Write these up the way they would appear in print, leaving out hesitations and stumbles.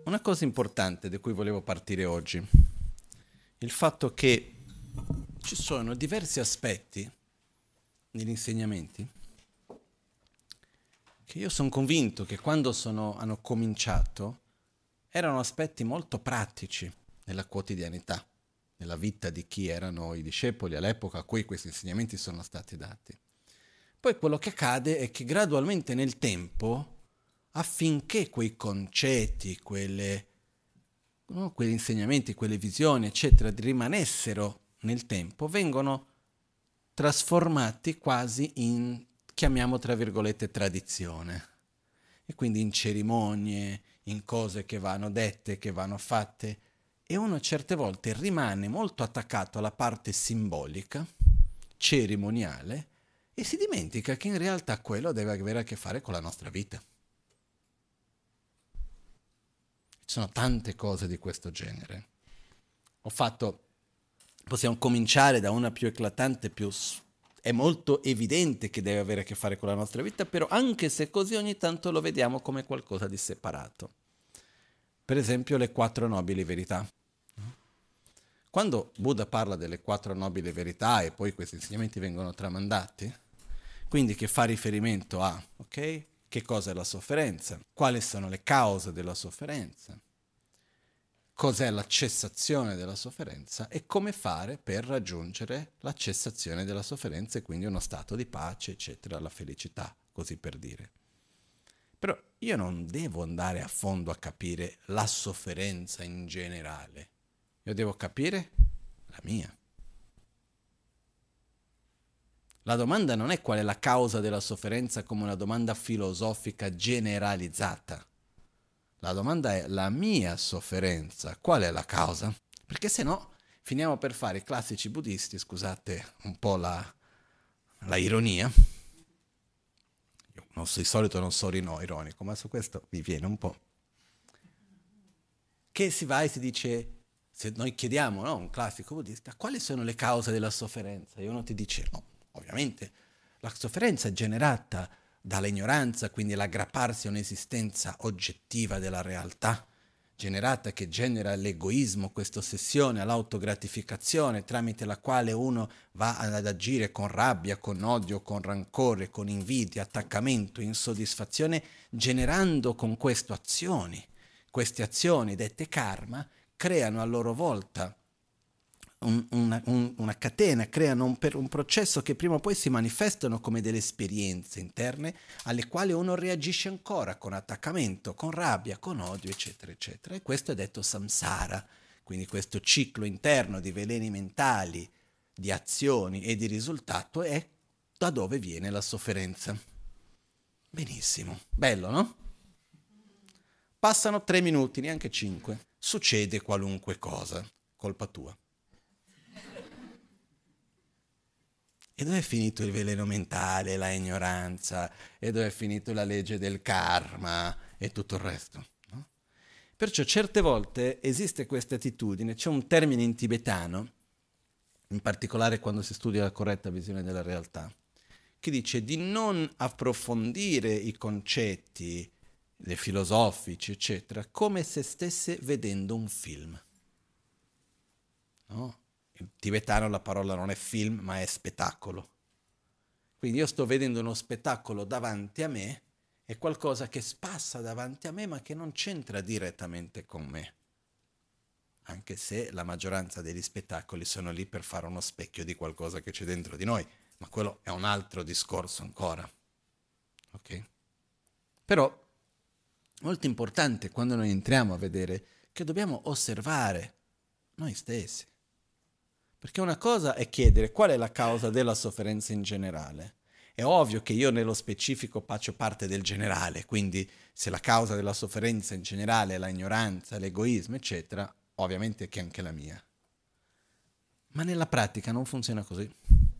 una cosa importante da cui volevo partire oggi, il fatto che ci sono diversi aspetti negli insegnamenti che io sono convinto che quando hanno cominciato erano aspetti molto pratici nella quotidianità, nella vita di chi erano i discepoli all'epoca a cui questi insegnamenti sono stati dati. Poi quello che accade è che gradualmente nel tempo, affinché quei concetti, quegli insegnamenti, quelle visioni, eccetera, rimanessero nel tempo, vengono trasformati quasi in, chiamiamo tra virgolette, tradizione. E quindi in cerimonie, in cose che vanno dette, che vanno fatte. E uno certe volte rimane molto attaccato alla parte simbolica, cerimoniale, e si dimentica che in realtà quello deve avere a che fare con la nostra vita. Ci sono tante cose di questo genere. Possiamo cominciare da una più eclatante, è molto evidente che deve avere a che fare con la nostra vita, però anche se così ogni tanto lo vediamo come qualcosa di separato. Per esempio le 4 nobili verità. Quando Buddha parla delle 4 nobili verità e poi questi insegnamenti vengono tramandati, quindi che fa riferimento a, ok, che cosa è la sofferenza, quali sono le cause della sofferenza, cos'è la cessazione della sofferenza e come fare per raggiungere la cessazione della sofferenza e quindi uno stato di pace, eccetera, la felicità, così per dire. Però io non devo andare a fondo a capire la sofferenza in generale, io devo capire la mia. La domanda non è qual è la causa della sofferenza come una domanda filosofica generalizzata. La domanda è la mia sofferenza, qual è la causa? Perché se no finiamo per fare i classici buddisti, scusate un po' la ironia. Io di solito non sono ironico, ma su questo mi viene un po'. Che si va e si dice, se noi chiediamo, no, un classico buddista, quali sono le cause della sofferenza? E uno ti dice, no, ovviamente la sofferenza è generata dall'ignoranza, quindi l'aggrapparsi a un'esistenza oggettiva della realtà, che genera l'egoismo, questa ossessione all'autogratificazione tramite la quale uno va ad agire con rabbia, con odio, con rancore, con invidia, attaccamento, insoddisfazione, generando con questo azioni. Queste azioni, dette karma, creano a loro volta una catena, creano un processo che prima o poi si manifestano come delle esperienze interne alle quali uno reagisce ancora con attaccamento, con rabbia, con odio, eccetera, eccetera. E questo è detto samsara, quindi questo ciclo interno di veleni mentali, di azioni e di risultato è da dove viene la sofferenza. Benissimo, bello, no? Passano 3 minuti, neanche 5. Succede qualunque cosa, colpa tua. E dove è finito il veleno mentale, la ignoranza? E dove è finito la legge del karma e tutto il resto? No? Perciò certe volte esiste questa attitudine, c'è un termine in tibetano, in particolare quando si studia la corretta visione della realtà, che dice di non approfondire i concetti filosofici, eccetera, come se stesse vedendo un film. No? In tibetano la parola non è film, ma è spettacolo. Quindi io sto vedendo uno spettacolo davanti a me, è qualcosa che passa davanti a me, ma che non c'entra direttamente con me. Anche se la maggioranza degli spettacoli sono lì per fare uno specchio di qualcosa che c'è dentro di noi, ma quello è un altro discorso ancora. Ok? Però molto importante quando noi entriamo a vedere che dobbiamo osservare noi stessi. Perché una cosa è chiedere qual è la causa della sofferenza in generale. È ovvio che io nello specifico faccio parte del generale, quindi se la causa della sofferenza in generale è la ignoranza, l'egoismo, eccetera, ovviamente che è anche la mia. Ma nella pratica non funziona così.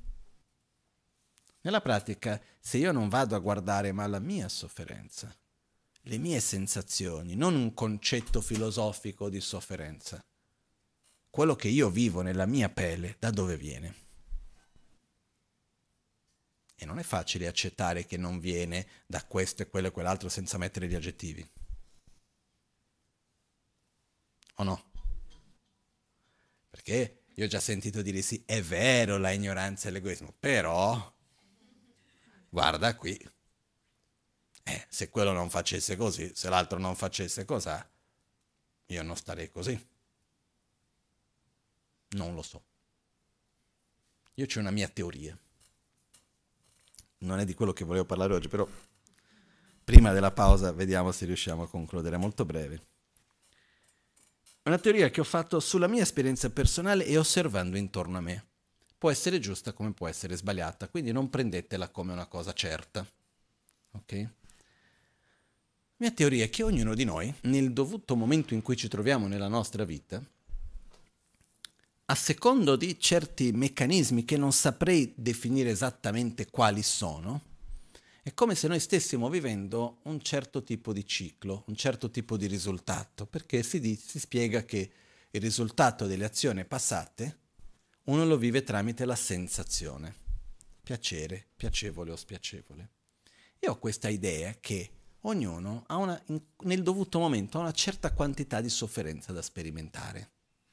Nella pratica, se io non vado a guardare ma la mia sofferenza, le mie sensazioni, non un concetto filosofico di sofferenza, quello che io vivo nella mia pelle, da dove viene? E non è facile accettare che non viene da questo e quello e quell'altro senza mettere gli aggettivi. o no? Perché io ho già sentito dire sì, è vero la ignoranza e l'egoismo, però guarda qui, se quello non facesse così, se l'altro non facesse così, io non starei così. Non lo so. Io c'ho una mia teoria. Non è di quello che volevo parlare oggi, però prima della pausa vediamo se riusciamo a concludere molto breve. Una teoria che ho fatto sulla mia esperienza personale e osservando intorno a me. Può essere giusta come può essere sbagliata, quindi non prendetela come una cosa certa. Ok? La mia teoria è che ognuno di noi, nel dovuto momento in cui ci troviamo nella nostra vita, a secondo di certi meccanismi che non saprei definire esattamente quali sono, è come se noi stessimo vivendo un certo tipo di ciclo, un certo tipo di risultato, perché si spiega che il risultato delle azioni passate uno lo vive tramite la sensazione, piacere, piacevole o spiacevole. Io ho questa idea che ognuno ha nel dovuto momento ha una certa quantità di sofferenza da sperimentare.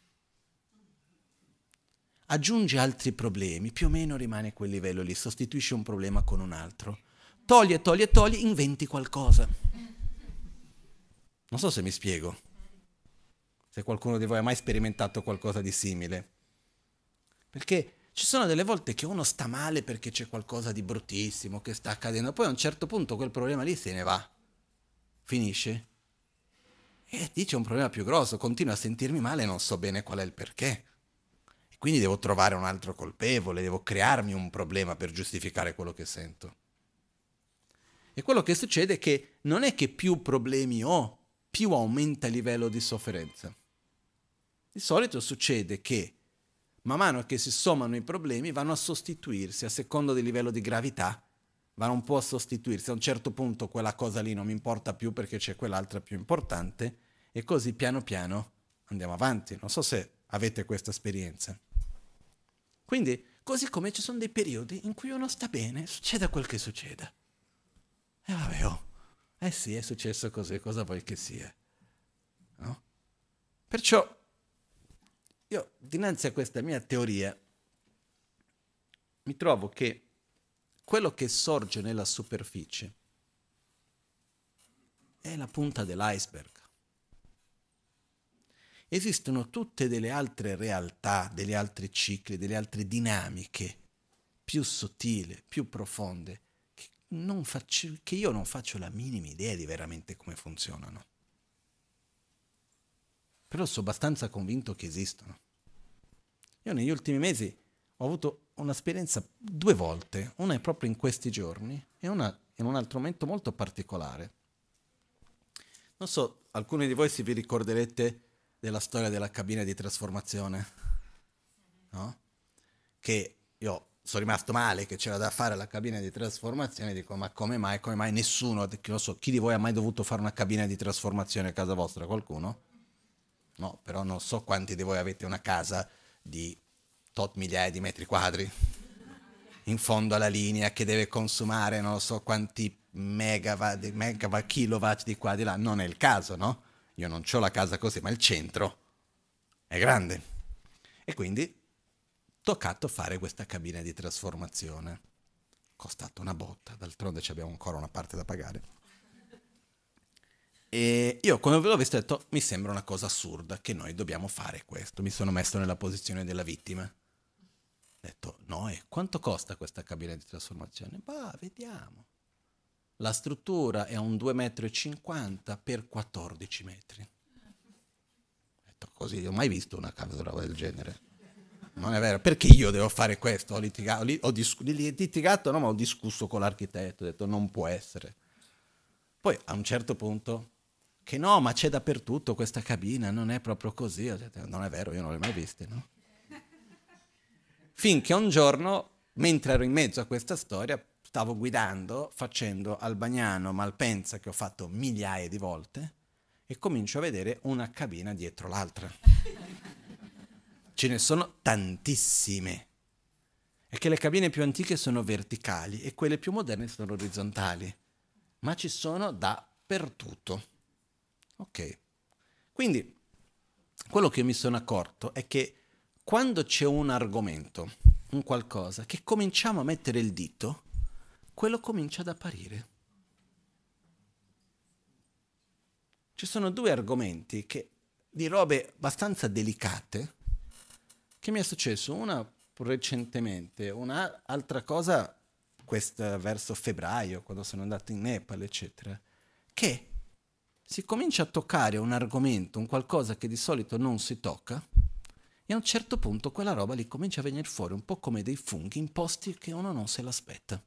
Aggiunge altri problemi, più o meno rimane a quel livello lì, sostituisce un problema con un altro. Toglie, inventi qualcosa. Non so se mi spiego. Se qualcuno di voi ha mai sperimentato qualcosa di simile. Perché ci sono delle volte che uno sta male perché c'è qualcosa di bruttissimo che sta accadendo, poi a un certo punto quel problema lì se ne va. Finisce. E dice un problema più grosso, continuo a sentirmi male e non so bene qual è il perché. E quindi devo trovare un altro colpevole, devo crearmi un problema per giustificare quello che sento. E quello che succede è che non è che più problemi ho, più aumenta il livello di sofferenza. Di solito succede che man mano che si sommano i problemi vanno a sostituirsi a seconda del livello di gravità, vanno un po' a sostituirsi. A un certo punto quella cosa lì non mi importa più perché c'è quell'altra più importante e così piano piano andiamo avanti. Non so se avete questa esperienza. Quindi, così come ci sono dei periodi in cui uno sta bene, succeda quel che succeda. E vabbè, oh, eh sì, è successo così, cosa vuoi che sia? No? Perciò, io, dinanzi a questa mia teoria, mi trovo che quello che sorge nella superficie è la punta dell'iceberg. Esistono tutte delle altre realtà, degli altri cicli, delle altre dinamiche più sottili, più profonde, che io non faccio la minima idea di veramente come funzionano. Però sono abbastanza convinto che esistono. Io negli ultimi mesi ho avuto un'esperienza 2 volte, una è proprio in questi giorni e una in un altro momento molto particolare. Non so, alcuni di voi si vi ricorderete della storia della cabina di trasformazione, no? Che io sono rimasto male che c'era da fare la cabina di trasformazione, dico ma come mai nessuno, non so, chi di voi ha mai dovuto fare una cabina di trasformazione a casa vostra, qualcuno? No, però non so quanti di voi avete una casa di tot migliaia di metri quadri in fondo alla linea che deve consumare non so quanti megawatt, kilowatt di qua di là, non è il caso, no? Io non ho la casa così, ma il centro è grande. E quindi toccato fare questa cabina di trasformazione. Costato una botta, d'altronde abbiamo ancora una parte da pagare. E io come ve l'ho visto ho detto, mi sembra una cosa assurda che noi dobbiamo fare questo. Mi sono messo nella posizione della vittima. Ho detto, no, e quanto costa questa cabina di trasformazione? Bah, vediamo. La struttura è un 2,50 m per 14 metri. Ho detto, così, non ho mai visto una casa del genere. Non è vero, perché io devo fare questo? Ho litigato, no, ma ho discusso con l'architetto, ho detto, non può essere. Poi a un certo punto, che no, ma c'è dappertutto questa cabina, non è proprio così. Ho detto, non è vero, io non l'ho mai vista, no? Finché un giorno, mentre ero in mezzo a questa storia, stavo guidando, facendo al Bagnano Malpensa, che ho fatto migliaia di volte, e comincio a vedere una cabina dietro l'altra. Ce ne sono tantissime. È che le cabine più antiche sono verticali e quelle più moderne sono orizzontali. Ma ci sono dappertutto. Ok. Quindi quello che mi sono accorto è che quando c'è un argomento, un qualcosa, che cominciamo a mettere il dito, quello comincia ad apparire. Ci sono due argomenti di robe abbastanza delicate che mi è successo, una recentemente, un'altra cosa verso febbraio, quando sono andato in Nepal, eccetera, che si comincia a toccare un argomento, un qualcosa che di solito non si tocca, e a un certo punto quella roba lì comincia a venire fuori un po' come dei funghi in posti che uno non se l'aspetta.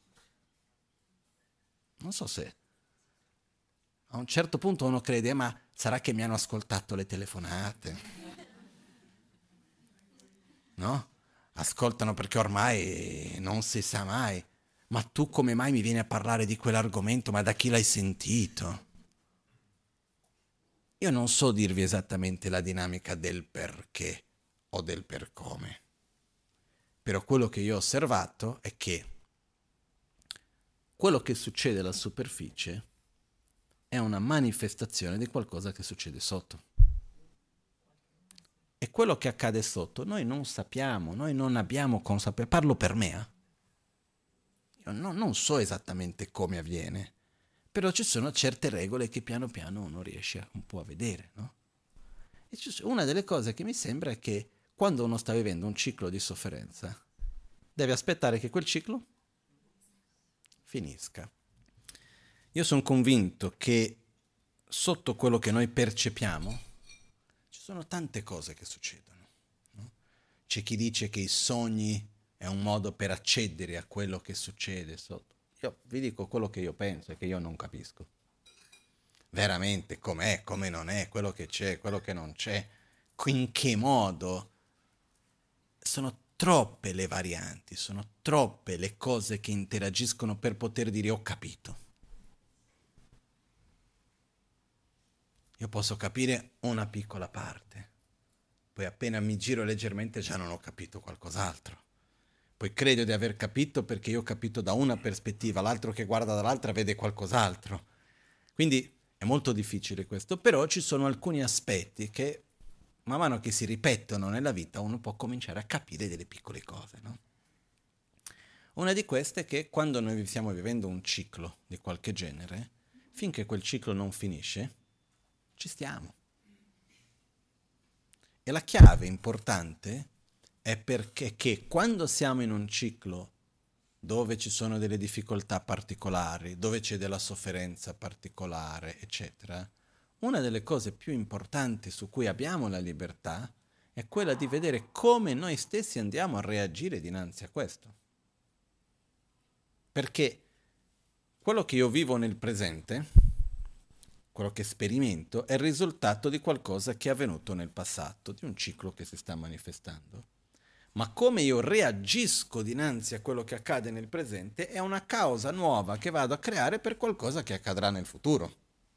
Non so se a un certo punto uno crede, ma sarà che mi hanno ascoltato le telefonate, no? Ascoltano perché ormai non si sa mai. Ma tu come mai mi vieni a parlare di quell'argomento? Ma da chi l'hai sentito? Io non so dirvi esattamente la dinamica del perché o del per come, però quello che io ho osservato è che quello che succede alla superficie è una manifestazione di qualcosa che succede sotto. E quello che accade sotto noi non sappiamo, noi non abbiamo consapevolezza. Parlo per me. Io non so esattamente come avviene, però ci sono certe regole che piano piano uno riesce un po' a vedere, no? E una delle cose che mi sembra è che quando uno sta vivendo un ciclo di sofferenza, deve aspettare che quel ciclo finisca. Io sono convinto che sotto quello che noi percepiamo ci sono tante cose che succedono, no? C'è chi dice che i sogni è un modo per accedere a quello che succede sotto. Io vi dico quello che io penso e che io non capisco. Veramente com'è, come non è, quello che c'è, quello che non c'è, in che modo. Sono troppe le varianti, sono troppe le cose che interagiscono per poter dire ho capito. Io posso capire una piccola parte, poi appena mi giro leggermente già non ho capito qualcos'altro. Poi credo di aver capito perché io ho capito da una prospettiva, l'altro che guarda dall'altra vede qualcos'altro. Quindi è molto difficile questo, però ci sono alcuni aspetti che man mano che si ripetono nella vita uno può cominciare a capire delle piccole cose, no? Una di queste è che quando noi stiamo vivendo un ciclo di qualche genere, finché quel ciclo non finisce, ci stiamo. E la chiave importante è perché che quando siamo in un ciclo dove ci sono delle difficoltà particolari, dove c'è della sofferenza particolare, eccetera, una delle cose più importanti su cui abbiamo la libertà è quella di vedere come noi stessi andiamo a reagire dinanzi a questo. Perché quello che io vivo nel presente, quello che sperimento, è il risultato di qualcosa che è avvenuto nel passato, di un ciclo che si sta manifestando. Ma come io reagisco dinanzi a quello che accade nel presente è una causa nuova che vado a creare per qualcosa che accadrà nel futuro.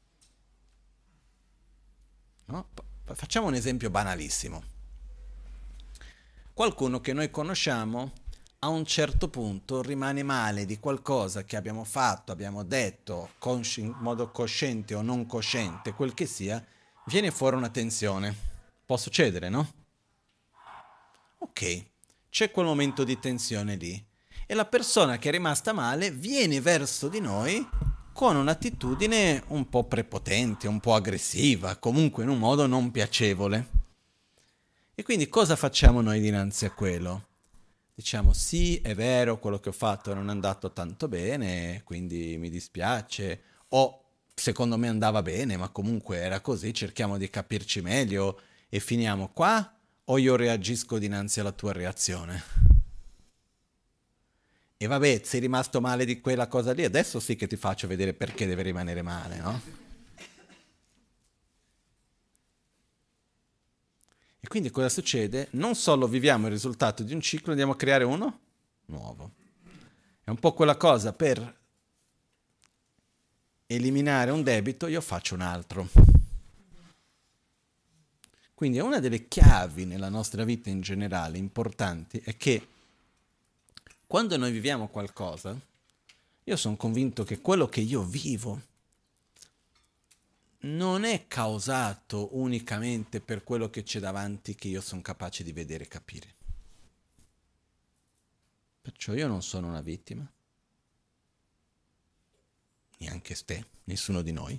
No? Facciamo un esempio banalissimo. Qualcuno che noi conosciamo a un certo punto rimane male di qualcosa che abbiamo fatto, abbiamo detto, in modo cosciente o non cosciente, quel che sia, viene fuori una tensione. Può succedere, no? Ok, c'è quel momento di tensione lì e la persona che è rimasta male viene verso di noi con un'attitudine un po' prepotente, un po' aggressiva, comunque in un modo non piacevole. E quindi cosa facciamo noi dinanzi a quello? Diciamo sì, è vero, quello che ho fatto non è andato tanto bene, quindi mi dispiace, o secondo me andava bene, ma comunque era così, cerchiamo di capirci meglio e finiamo qua, o io reagisco dinanzi alla tua reazione? E vabbè, sei rimasto male di quella cosa lì, adesso sì che ti faccio vedere perché deve rimanere male, no? E quindi cosa succede? Non solo viviamo il risultato di un ciclo, andiamo a creare uno nuovo. È un po' quella cosa, per eliminare un debito io faccio un altro. Quindi una delle chiavi nella nostra vita in generale importanti è che quando noi viviamo qualcosa, io sono convinto che quello che io vivo non è causato unicamente per quello che c'è davanti che io sono capace di vedere e capire. Perciò io non sono una vittima, neanche te, nessuno di noi.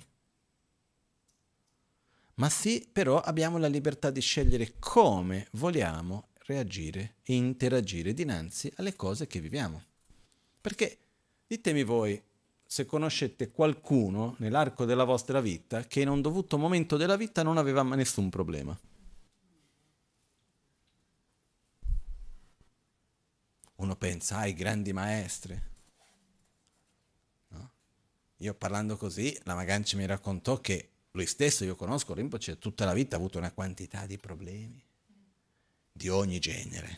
Ma sì, però abbiamo la libertà di scegliere come vogliamo reagire e interagire dinanzi alle cose che viviamo. Perché, ditemi voi, se conoscete qualcuno nell'arco della vostra vita che in un dovuto momento della vita non aveva nessun problema. Uno pensa, ai grandi maestri. No? Io parlando così, la Maganci mi raccontò che lui stesso, io conosco Rinpoche, tutta la vita ha avuto una quantità di problemi, di ogni genere.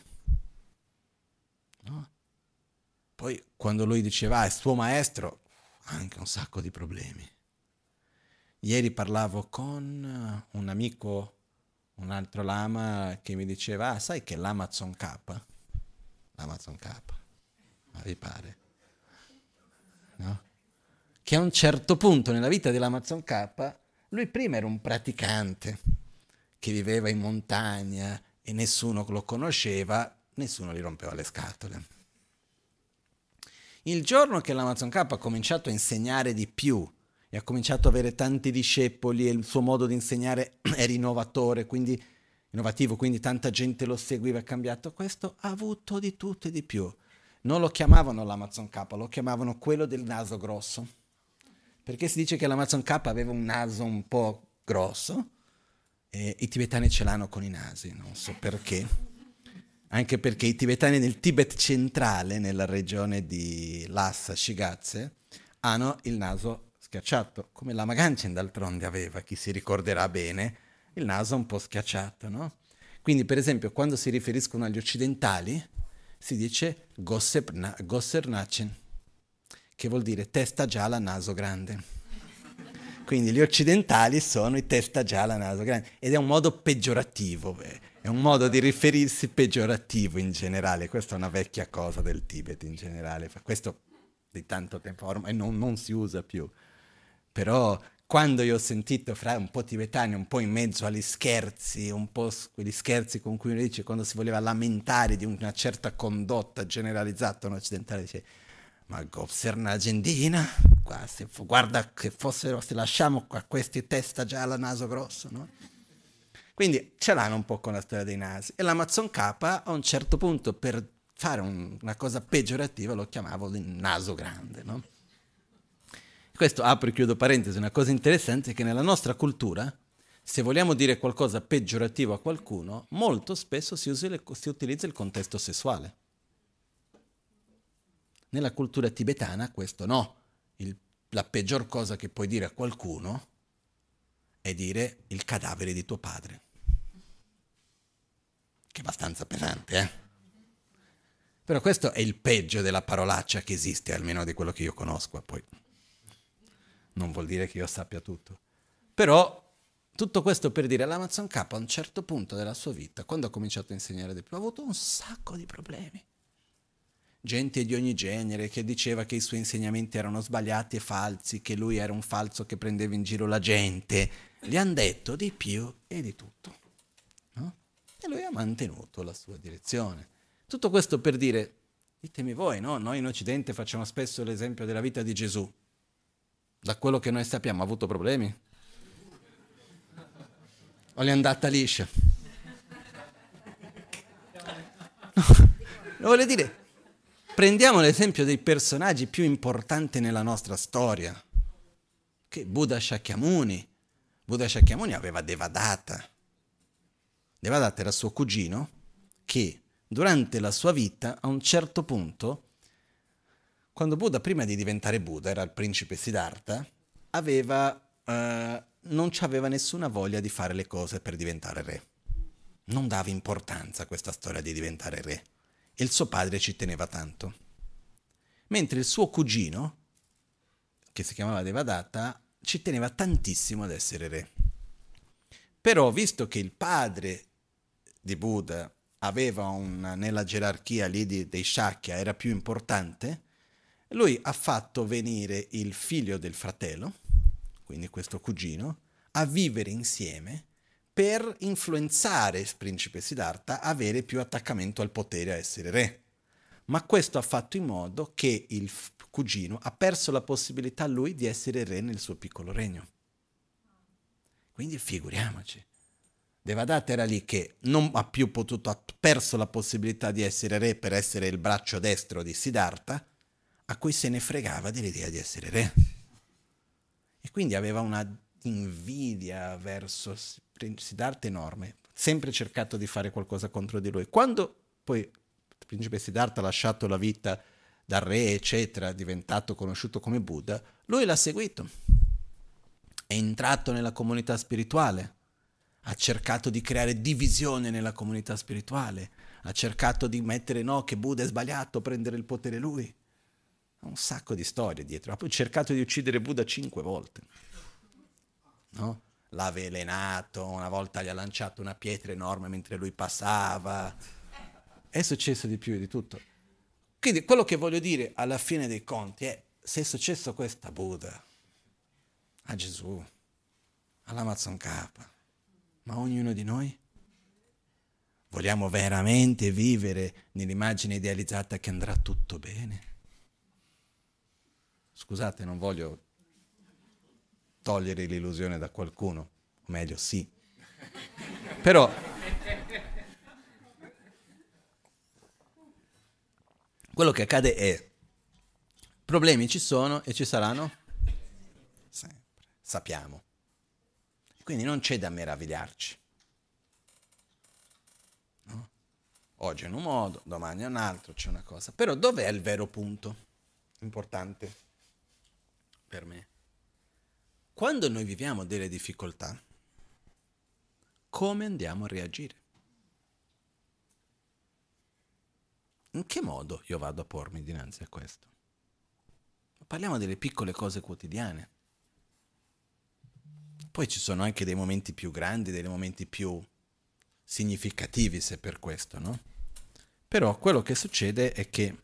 No? Poi quando lui diceva, è suo maestro, anche un sacco di problemi. Ieri parlavo con un amico, un altro lama, che mi diceva, sai che l'Amazon K? L'Amazon K, ma vi pare? No? Che a un certo punto nella vita dell'Amazon K, lui prima era un praticante che viveva in montagna e nessuno lo conosceva, nessuno gli rompeva le scatole. Il giorno che l'Amazon K ha cominciato a insegnare di più e ha cominciato ad avere tanti discepoli e il suo modo di insegnare era innovativo, quindi tanta gente lo seguiva e ha cambiato, questo ha avuto di tutto e di più. Non lo chiamavano l'Amazon K, lo chiamavano quello del naso grosso, perché si dice che l'Amazon K aveva un naso un po' grosso e i tibetani ce l'hanno con i nasi, non so perché. Anche perché i tibetani nel Tibet centrale, nella regione di Lhasa, Shigatse, hanno il naso schiacciato, come la Maganchen d'altronde aveva, chi si ricorderà bene, il naso un po' schiacciato, no? Quindi, per esempio, quando si riferiscono agli occidentali, si dice Gosser Nachen, che vuol dire testa gialla, naso grande. Quindi gli occidentali sono i testa gialla, naso grande, ed è un modo peggiorativo, è un modo di riferirsi peggiorativo in generale, questa è una vecchia cosa del Tibet in generale, questo di tanto tempo ormai non si usa più, però quando io ho sentito fra un po' tibetani, un po' in mezzo agli scherzi, un po' quegli scherzi con cui uno dice quando si voleva lamentare di una certa condotta generalizzata, un occidentale dice ma Gobser un'agendina, guarda che fossero, se lasciamo qua questi testa gialla, naso grosso, no? Quindi ce l'hanno un po' con la storia dei nasi. E l'Amazon K a un certo punto, per fare una cosa peggiorativa, lo chiamavo il naso grande, no? Questo, apro e chiudo parentesi, una cosa interessante è che nella nostra cultura, se vogliamo dire qualcosa peggiorativo a qualcuno, molto spesso si utilizza il contesto sessuale. Nella cultura tibetana questo no. La peggior cosa che puoi dire a qualcuno è dire il cadavere di tuo padre. Che è abbastanza pesante, eh? Però questo è il peggio della parolaccia che esiste, almeno di quello che io conosco, poi non vuol dire che io sappia tutto. Però tutto questo per dire l'Amazon K a un certo punto della sua vita, quando ha cominciato a insegnare di più, ha avuto un sacco di problemi. Gente di ogni genere che diceva che i suoi insegnamenti erano sbagliati e falsi, che lui era un falso che prendeva in giro la gente. Gli hanno detto di più e di tutto. No? E lui ha mantenuto la sua direzione. Tutto questo per dire, ditemi voi, no? Noi in Occidente facciamo spesso l'esempio della vita di Gesù. Da quello che noi sappiamo, ha avuto problemi? O gli è andata liscia? No, lo voglio dire. Prendiamo l'esempio dei personaggi più importanti nella nostra storia, che Buddha Shakyamuni. Buddha Shakyamuni aveva Devadatta. Devadatta era suo cugino che durante la sua vita, a un certo punto, quando Buddha, prima di diventare Buddha, era il principe Siddhartha, non aveva nessuna voglia di fare le cose per diventare re. Non dava importanza a questa storia di diventare re. E il suo padre ci teneva tanto. Mentre il suo cugino, che si chiamava Devadatta, ci teneva tantissimo ad essere re. Però, visto che il padre di Buddha aveva nella gerarchia lì dei Shakya, era più importante, lui ha fatto venire il figlio del fratello, quindi questo cugino, a vivere insieme per influenzare il principe Siddhartha a avere più attaccamento al potere, a essere re. Ma questo ha fatto in modo che il cugino ha perso la possibilità lui di essere re nel suo piccolo regno. Quindi figuriamoci. Devadatta era lì che non ha più potuto, ha perso la possibilità di essere re per essere il braccio destro di Siddhartha, a cui se ne fregava dell'idea di essere re. E quindi aveva una invidia verso Siddhartha enorme, sempre cercato di fare qualcosa contro di lui. Quando poi il principe Siddhartha ha lasciato la vita da re, eccetera, è diventato conosciuto come Buddha, lui l'ha seguito. È entrato nella comunità spirituale, ha cercato di creare divisione nella comunità spirituale, ha cercato di mettere no, che Buddha è sbagliato, prendere il potere lui. Ha un sacco di storie dietro. Ha poi cercato di uccidere Buddha 5 volte. No? L'ha avvelenato, una volta gli ha lanciato una pietra enorme mentre lui passava. È successo di più di tutto. Quindi quello che voglio dire alla fine dei conti è, se è successo questo a Buddha, a Gesù, all'Amazon K, ma ognuno di noi? Vogliamo veramente vivere nell'immagine idealizzata che andrà tutto bene? Scusate, non voglio togliere l'illusione da qualcuno, o meglio sì. Però quello che accade è, problemi ci sono e ci saranno sempre, sappiamo. Quindi non c'è da meravigliarci. No? Oggi è in un modo, domani è un altro, c'è una cosa. Però dov'è il vero punto importante per me? Quando noi viviamo delle difficoltà, come andiamo a reagire? In che modo io vado a pormi dinanzi a questo? Parliamo delle piccole cose quotidiane. Poi ci sono anche dei momenti più grandi, dei momenti più significativi, se per questo, no? Però quello che succede è che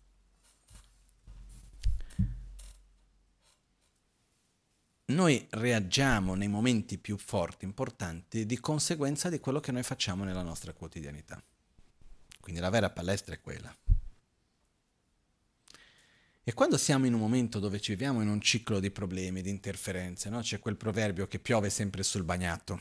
noi reagiamo nei momenti più forti, importanti, di conseguenza di quello che noi facciamo nella nostra quotidianità. Quindi la vera palestra è quella. E quando siamo in un momento dove ci viviamo in un ciclo di problemi, di interferenze, no? C'è quel proverbio che piove sempre sul bagnato.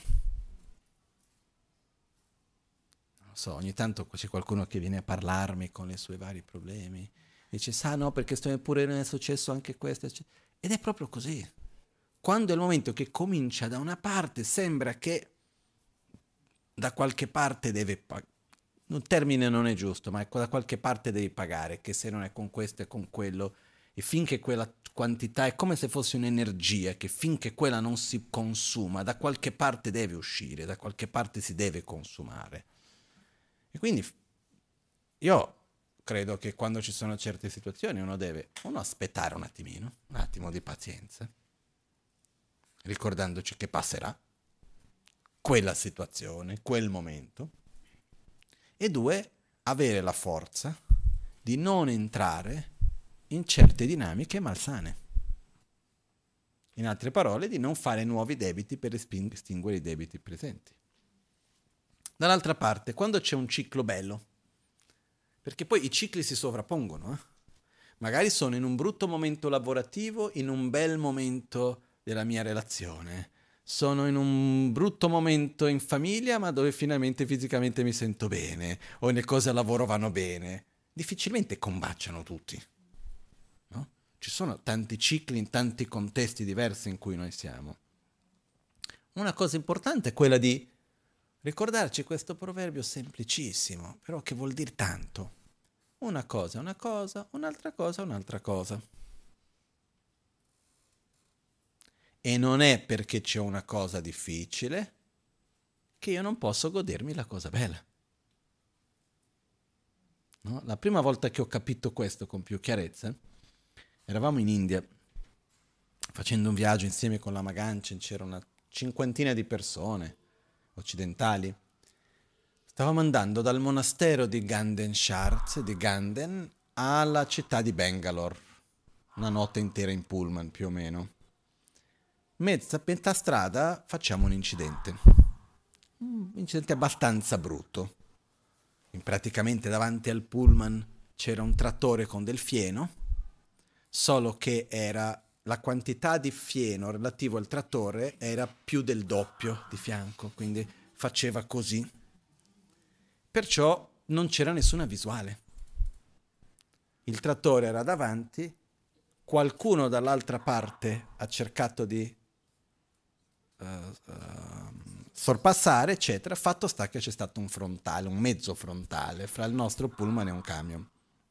Non so, ogni tanto c'è qualcuno che viene a parlarmi con i suoi vari problemi. Dice, sa no, perché pure è successo anche questo. Ed è proprio così. Quando è il momento che comincia da una parte, sembra che da qualche parte deve pagare. Un termine non è giusto, ma da qualche parte devi pagare, che se non è con questo è con quello, e finché quella quantità è come se fosse un'energia, che finché quella non si consuma, da qualche parte deve uscire, da qualche parte si deve consumare. E quindi io credo che quando ci sono certe situazioni uno deve aspettare un attimino, un attimo di pazienza, ricordandoci che passerà quella situazione, quel momento. E 2, avere la forza di non entrare in certe dinamiche malsane. In altre parole, di non fare nuovi debiti per estinguere i debiti presenti. Dall'altra parte, quando c'è un ciclo bello, perché poi i cicli si sovrappongono, magari sono in un brutto momento lavorativo, in un bel momento della mia relazione, sono in un brutto momento in famiglia, ma dove finalmente fisicamente mi sento bene, o le cose al lavoro vanno bene. Difficilmente combaciano tutti. No? Ci sono tanti cicli in tanti contesti diversi in cui noi siamo. Una cosa importante è quella di ricordarci questo proverbio semplicissimo, però che vuol dire tanto. Una cosa è una cosa, un'altra cosa è un'altra cosa. E non è perché c'è una cosa difficile che io non posso godermi la cosa bella. No? La prima volta che ho capito questo con più chiarezza, eravamo in India, facendo un viaggio insieme con la Maganchen, c'era una cinquantina di persone occidentali. Stavamo andando dal monastero di Ganden di Ganden, alla città di Bangalore, una notte intera in pullman più o meno. metà strada facciamo un incidente. Un incidente abbastanza brutto. Praticamente davanti al pullman c'era un trattore con del fieno, solo che era la quantità di fieno relativo al trattore era più del doppio di fianco, quindi faceva così. Perciò non c'era nessuna visuale. Il trattore era davanti, qualcuno dall'altra parte ha cercato di sorpassare, eccetera. Fatto sta che c'è stato un frontale, un mezzo frontale fra il nostro pullman e un camion.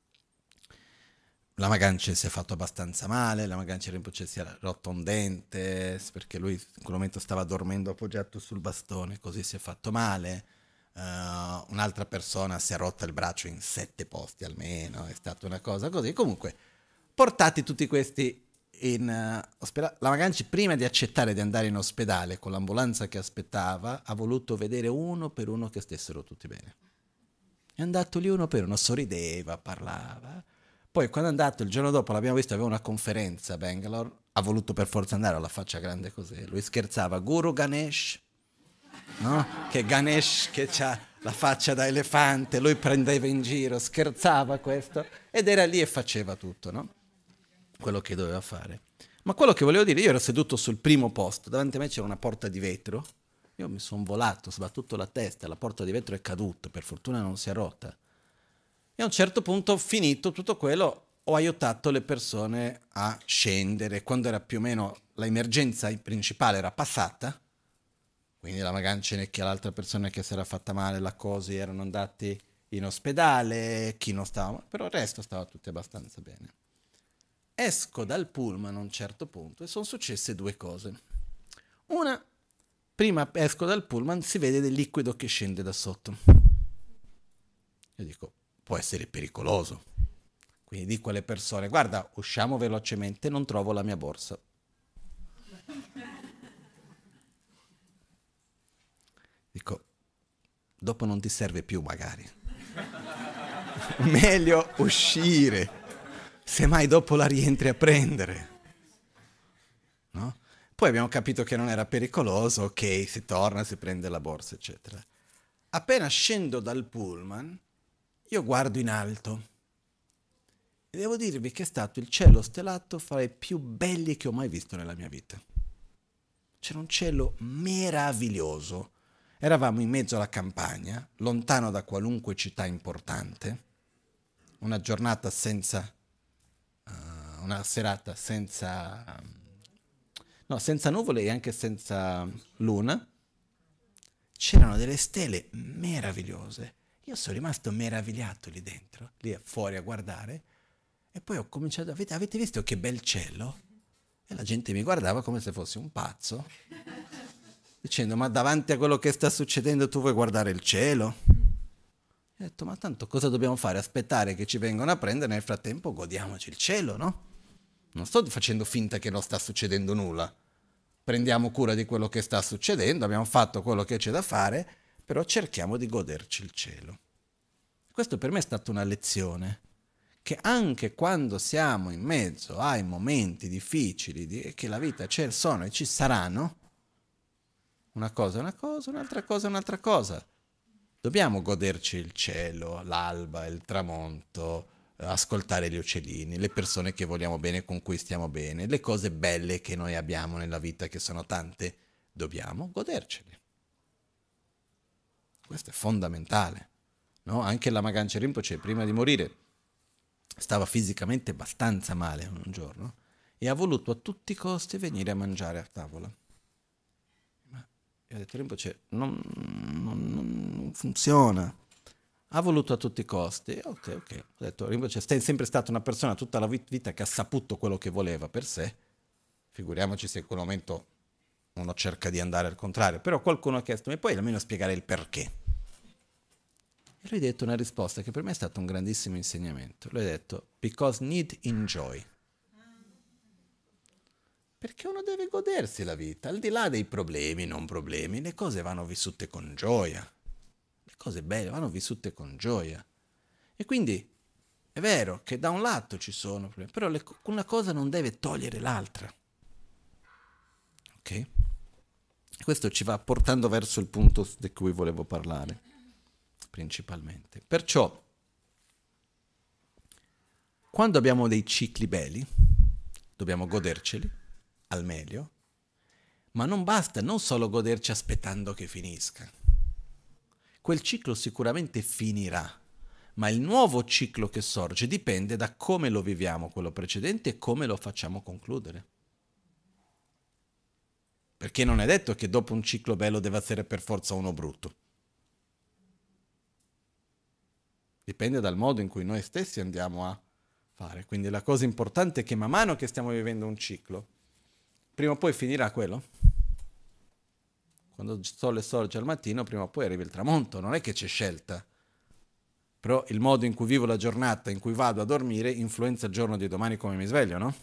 La Magance si è fatto abbastanza male, la Magance Rinpoche si è rotto un dente perché lui in quel momento stava dormendo appoggiato sul bastone, così si è fatto male. Un'altra persona si è rotta il braccio in 7 posti almeno, è stata una cosa così. Comunque, portati tutti questi in ospedale. La Magance, prima di accettare di andare in ospedale con l'ambulanza che aspettava, ha voluto vedere uno per uno che stessero tutti bene. È andato lì uno per uno, sorrideva, parlava. Poi quando è andato il giorno dopo, l'abbiamo visto, aveva una conferenza a Bangalore, ha voluto per forza andare alla faccia grande così. Lui scherzava, Guru Ganesh, no? Che Ganesh che ha la faccia da elefante, lui prendeva in giro, scherzava questo, ed era lì e faceva tutto, no? Quello che doveva fare. Ma quello che volevo dire, io ero seduto sul primo posto, davanti a me c'era una porta di vetro, io mi sono volato, ho sbattuto la testa, la porta di vetro è caduta, per fortuna non si è rotta. E a un certo punto, finito tutto quello, ho aiutato le persone a scendere. Quando era più o meno l'emergenza principale era passata, quindi la Magancene e l'altra persona che si era fatta male, la Cosi, erano andati in ospedale, chi non stava, però il resto stava tutti abbastanza bene. Esco dal pullman a un certo punto e sono successe 2 cose. Una, prima esco dal pullman, si vede del liquido che scende da sotto. Io dico, può essere pericoloso. Quindi dico alle persone, guarda, usciamo velocemente, non trovo la mia borsa. Dico, dopo non ti serve più magari. Meglio uscire, semmai dopo la rientri a prendere. No? Poi abbiamo capito che non era pericoloso, ok, si torna, si prende la borsa, eccetera. Appena scendo dal pullman, io guardo in alto e devo dirvi che è stato il cielo stellato fra i più belli che ho mai visto nella mia vita. C'era un cielo meraviglioso. Eravamo in mezzo alla campagna, lontano da qualunque città importante, una giornata senza, una serata senza, no, senza nuvole e anche senza luna. C'erano delle stelle meravigliose. Io sono rimasto meravigliato lì dentro, lì fuori a guardare, e poi ho cominciato, avete visto che bel cielo? E la gente mi guardava come se fossi un pazzo, dicendo, ma davanti a quello che sta succedendo tu vuoi guardare il cielo? E ho detto, ma tanto cosa dobbiamo fare? Aspettare che ci vengano a prendere, nel frattempo godiamoci il cielo, no? Non sto facendo finta che non sta succedendo nulla. Prendiamo cura di quello che sta succedendo, abbiamo fatto quello che c'è da fare, però cerchiamo di goderci il cielo. Questo per me è stata una lezione, che anche quando siamo in mezzo ai momenti difficili, che la vita sono e ci saranno, una cosa è una cosa, un'altra cosa è un'altra cosa. Dobbiamo goderci il cielo, l'alba, il tramonto, ascoltare gli uccellini, le persone che vogliamo bene, con cui stiamo bene, le cose belle che noi abbiamo nella vita, che sono tante, dobbiamo godercele. Questo è fondamentale, no? Anche la Magancia Rinpoche, prima di morire, stava fisicamente abbastanza male un giorno e ha voluto a tutti i costi venire a mangiare a tavola. Ma io ho detto, Rinpoche, non funziona. Ha voluto a tutti i costi. Ok. Ho detto, Rinpoche, sei sempre stata una persona tutta la vita che ha saputo quello che voleva per sé. Figuriamoci se in quel momento uno cerca di andare al contrario. Però qualcuno ha chiesto, mi puoi almeno spiegare il perché? E lui ha detto una risposta che per me è stato un grandissimo insegnamento. Lui ha detto, because need enjoy. Perché uno deve godersi la vita, al di là dei problemi, non problemi, le cose vanno vissute con gioia. Le cose belle vanno vissute con gioia. E quindi è vero che da un lato ci sono problemi, però una cosa non deve togliere l'altra. Ok? Questo ci va portando verso il punto di cui volevo parlare, principalmente. Perciò, quando abbiamo dei cicli belli, dobbiamo goderceli al meglio, ma non basta non solo goderci aspettando che finisca. Quel ciclo sicuramente finirà, ma il nuovo ciclo che sorge dipende da come lo viviamo quello precedente e come lo facciamo concludere. Perché non è detto che dopo un ciclo bello deve essere per forza uno brutto. Dipende dal modo in cui noi stessi andiamo a fare. Quindi la cosa importante è che man mano che stiamo vivendo un ciclo, prima o poi finirà quello. Quando il sole sorge al mattino, prima o poi arriva il tramonto, non è che c'è scelta. Però il modo in cui vivo la giornata, in cui vado a dormire, influenza il giorno di domani come mi sveglio, no?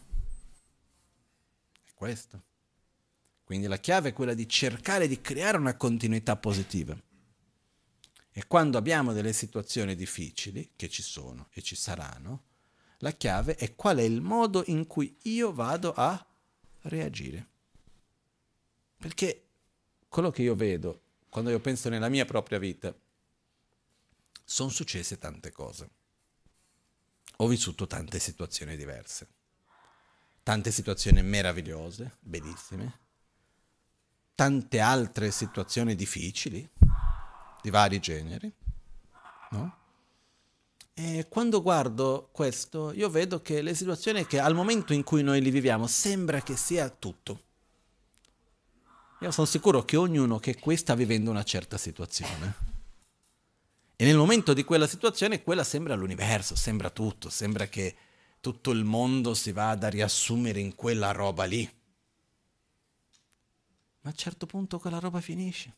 È questo. Quindi la chiave è quella di cercare di creare una continuità positiva. E quando abbiamo delle situazioni difficili, che ci sono e ci saranno, la chiave è qual è il modo in cui io vado a reagire. Perché quello che io vedo, quando io penso nella mia propria vita, sono successe tante cose. Ho vissuto tante situazioni diverse. Tante situazioni meravigliose, bellissime. Tante altre situazioni difficili, di vari generi, no? E quando guardo questo, io vedo che le situazioni che al momento in cui noi li viviamo sembra che sia tutto. Io sono sicuro che ognuno che qui sta vivendo una certa situazione. E nel momento di quella situazione, quella sembra l'universo, sembra tutto, sembra che tutto il mondo si vada a riassumere in quella roba lì. Ma a un certo punto quella roba finisce.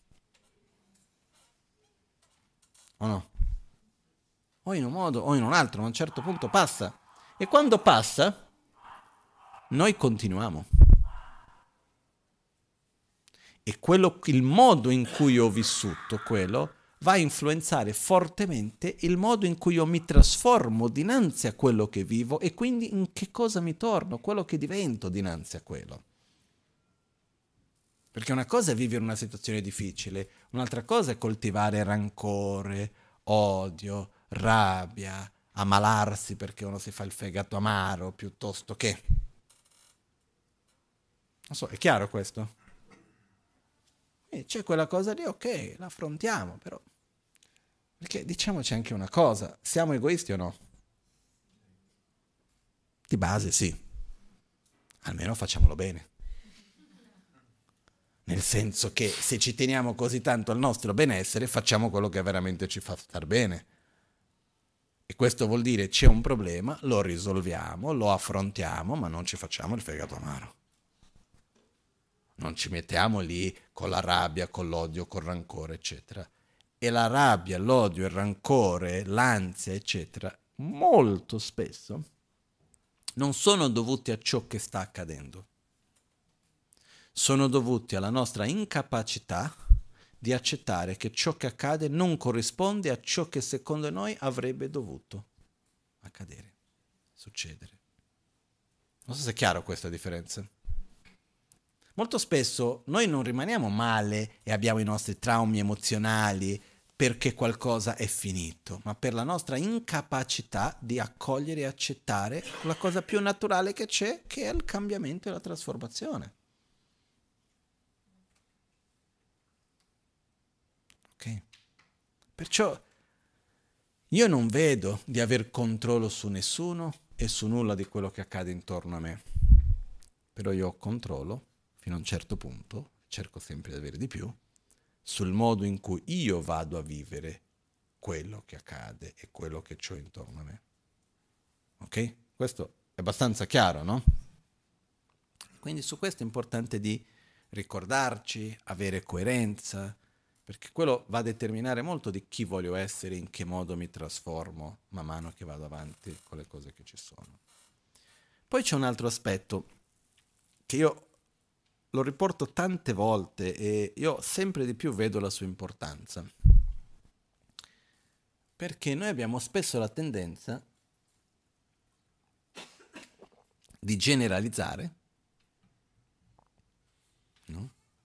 O no? O in un modo o in un altro, ma a un certo punto passa. E quando passa, noi continuiamo. E il modo in cui ho vissuto quello va a influenzare fortemente il modo in cui io mi trasformo dinanzi a quello che vivo e quindi in che cosa mi torno, quello che divento dinanzi a quello. Perché una cosa è vivere una situazione difficile, un'altra cosa è coltivare rancore, odio, rabbia, ammalarsi perché uno si fa il fegato amaro, piuttosto che... Non so, è chiaro questo? E c'è quella cosa lì, ok, la affrontiamo, però... Perché diciamoci anche una cosa, siamo egoisti o no? Di base sì, almeno facciamolo bene. Nel senso che se ci teniamo così tanto al nostro benessere, facciamo quello che veramente ci fa star bene. E questo vuol dire c'è un problema, lo risolviamo, lo affrontiamo, ma non ci facciamo il fegato amaro. Non ci mettiamo lì con la rabbia, con l'odio, col rancore, eccetera. E la rabbia, l'odio, il rancore, l'ansia, eccetera, molto spesso non sono dovuti a ciò che sta accadendo. Sono dovuti alla nostra incapacità di accettare che ciò che accade non corrisponde a ciò che secondo noi avrebbe dovuto accadere, succedere. Non so se è chiaro questa differenza. Molto spesso noi non rimaniamo male e abbiamo i nostri traumi emozionali perché qualcosa è finito, ma per la nostra incapacità di accogliere e accettare la cosa più naturale che c'è, che è il cambiamento e la trasformazione. Ok? Perciò io non vedo di aver controllo su nessuno e su nulla di quello che accade intorno a me, però io ho controllo fino a un certo punto, cerco sempre di avere di più, sul modo in cui io vado a vivere quello che accade e quello che ho intorno a me. Ok? Questo è abbastanza chiaro, no? Quindi su questo è importante di ricordarci, avere coerenza, perché quello va a determinare molto di chi voglio essere, in che modo mi trasformo man mano che vado avanti con le cose che ci sono. Poi c'è un altro aspetto che io lo riporto tante volte e io sempre di più vedo la sua importanza. Perché noi abbiamo spesso la tendenza di generalizzare, No?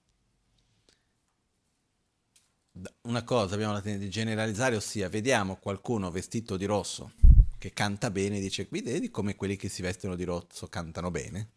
Una cosa abbiamo la tendenza di generalizzare, ossia vediamo qualcuno vestito di rosso che canta bene e dice, qui vedi come quelli che si vestono di rosso cantano bene?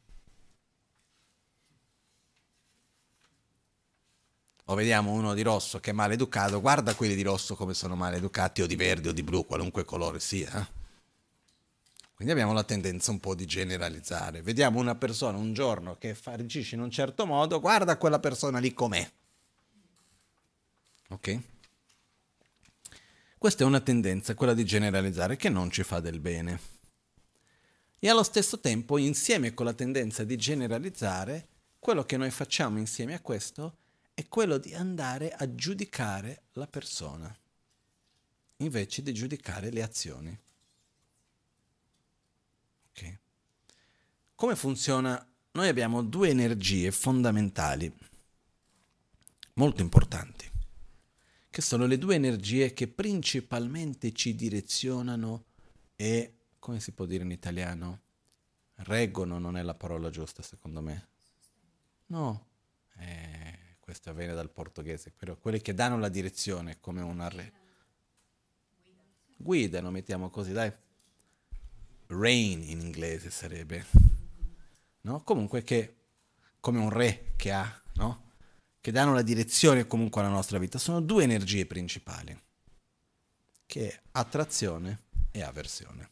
O vediamo uno di rosso che è maleducato, guarda quelli di rosso come sono maleducati, o di verde o di blu, qualunque colore sia. Quindi abbiamo la tendenza un po' di generalizzare. Vediamo una persona un giorno che agisce in un certo modo, guarda quella persona lì com'è. Ok? Questa è una tendenza, quella di generalizzare, che non ci fa del bene. E allo stesso tempo, insieme con la tendenza di generalizzare, quello che noi facciamo insieme a questo è quello di andare a giudicare la persona, invece di giudicare le azioni. Okay. Come funziona? Noi abbiamo due energie fondamentali, molto importanti, che sono le due energie che principalmente ci direzionano e, come si può dire in italiano? Reggono non è la parola giusta secondo me. No, questo viene dal portoghese, però quelli che danno la direzione come una guidano, mettiamo così, dai. Reign in inglese sarebbe, no? Comunque che, come un re che ha, no? Che danno la direzione comunque alla nostra vita. Sono due energie principali, che è attrazione e avversione.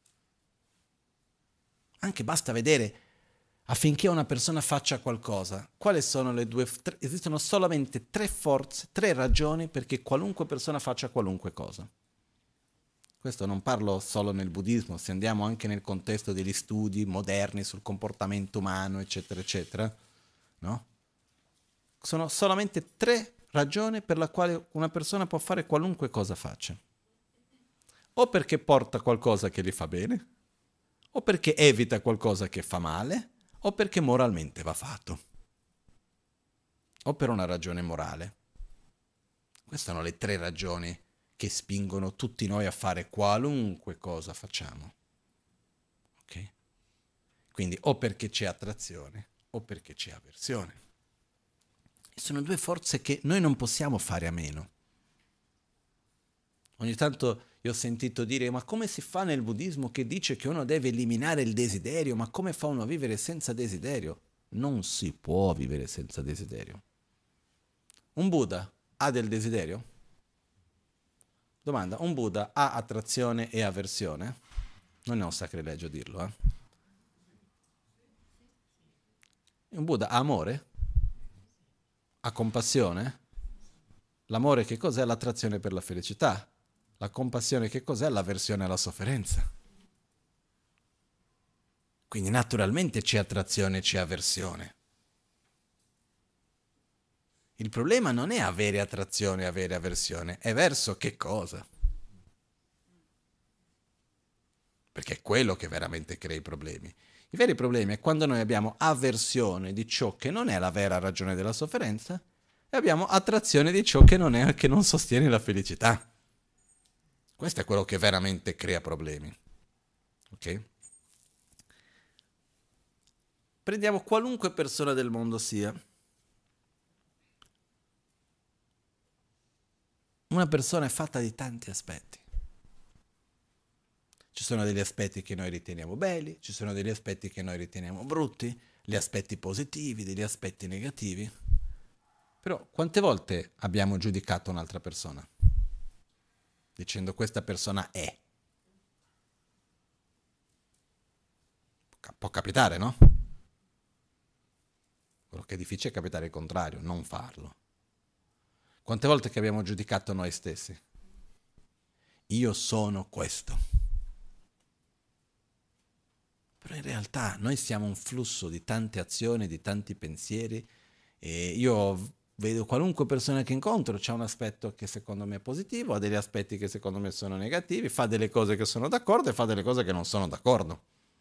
Anche basta vedere affinché una persona faccia qualcosa, quali sono le due, esistono solamente tre forze, tre ragioni perché qualunque persona faccia qualunque cosa. Questo non parlo solo nel buddismo, se andiamo anche nel contesto degli studi moderni sul comportamento umano, eccetera, eccetera, no? Sono solamente tre ragioni per la quale una persona può fare qualunque cosa faccia. O perché porta qualcosa che gli fa bene, o perché evita qualcosa che fa male, o perché moralmente va fatto, o per una ragione morale. Queste sono le tre ragioni che spingono tutti noi a fare qualunque cosa facciamo. Ok? Quindi o perché c'è attrazione o perché c'è avversione. E sono due forze che noi non possiamo fare a meno. Ogni tanto io ho sentito dire, ma come si fa nel buddismo che dice che uno deve eliminare il desiderio, ma come fa uno a vivere senza desiderio? Non si può vivere senza desiderio. Un Buddha ha del desiderio? Domanda, un Buddha ha attrazione e avversione? Non è un sacrilegio dirlo, eh? Un Buddha ha amore? Ha compassione? L'amore che cos'è? L'attrazione per la felicità. La compassione che cos'è? L'avversione alla sofferenza. Quindi naturalmente c'è attrazione e c'è avversione. Il problema non è avere attrazione e avere avversione, è verso che cosa? Perché è quello che veramente crea i problemi. I veri problemi è quando noi abbiamo avversione di ciò che non è la vera ragione della sofferenza e abbiamo attrazione di ciò che non è, che non sostiene la felicità. Questo è quello che veramente crea problemi. Ok? Prendiamo qualunque persona del mondo sia. Una persona è fatta di tanti aspetti. Ci sono degli aspetti che noi riteniamo belli, ci sono degli aspetti che noi riteniamo brutti, gli aspetti positivi, degli aspetti negativi. Però quante volte abbiamo giudicato un'altra persona? Dicendo questa persona è. Può capitare, no? Quello che è difficile è capitare il contrario, non farlo. Quante volte che abbiamo giudicato noi stessi? Io sono questo. Però in realtà noi siamo un flusso di tante azioni, di tanti pensieri e io vedo qualunque persona che incontro, c'ha un aspetto che secondo me è positivo, ha degli aspetti che secondo me sono negativi, fa delle cose che sono d'accordo e fa delle cose che non sono d'accordo.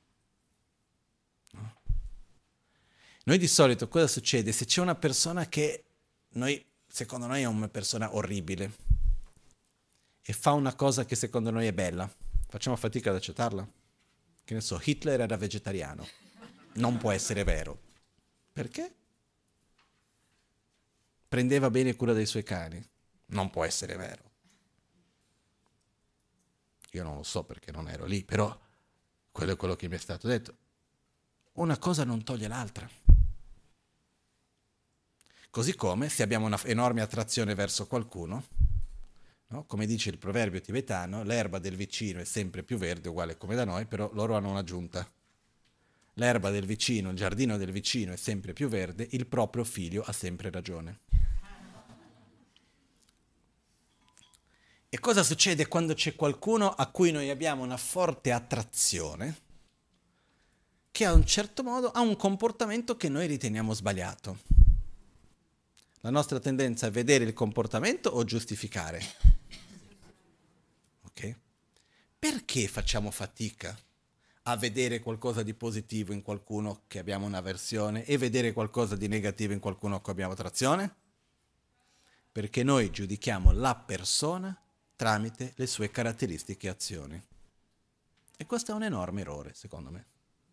No? Noi di solito cosa succede? Se c'è una persona che secondo noi è una persona orribile e fa una cosa che secondo noi è bella, facciamo fatica ad accettarla? Che ne so, Hitler era vegetariano. Non può essere vero. Perché? prendeva bene cura dei suoi cani. Non può essere vero. Io non lo so perché non ero lì, però quello è quello che mi è stato detto. Una cosa non toglie l'altra. Così come se abbiamo una enorme attrazione verso qualcuno, no? Come dice il proverbio tibetano, l'erba del vicino è sempre più verde, uguale come da noi, però loro hanno un'aggiunta. L'erba del vicino, il giardino del vicino è sempre più verde, il proprio figlio ha sempre ragione. E cosa succede quando c'è qualcuno a cui noi abbiamo una forte attrazione, che a un certo modo ha un comportamento che noi riteniamo sbagliato? La nostra tendenza è vedere il comportamento o giustificare? Ok? Perché facciamo fatica a vedere qualcosa di positivo in qualcuno che abbiamo un'avversione e vedere qualcosa di negativo in qualcuno a cui abbiamo attrazione? Perché noi giudichiamo la persona tramite le sue caratteristiche e azioni. E questo è un enorme errore, secondo me.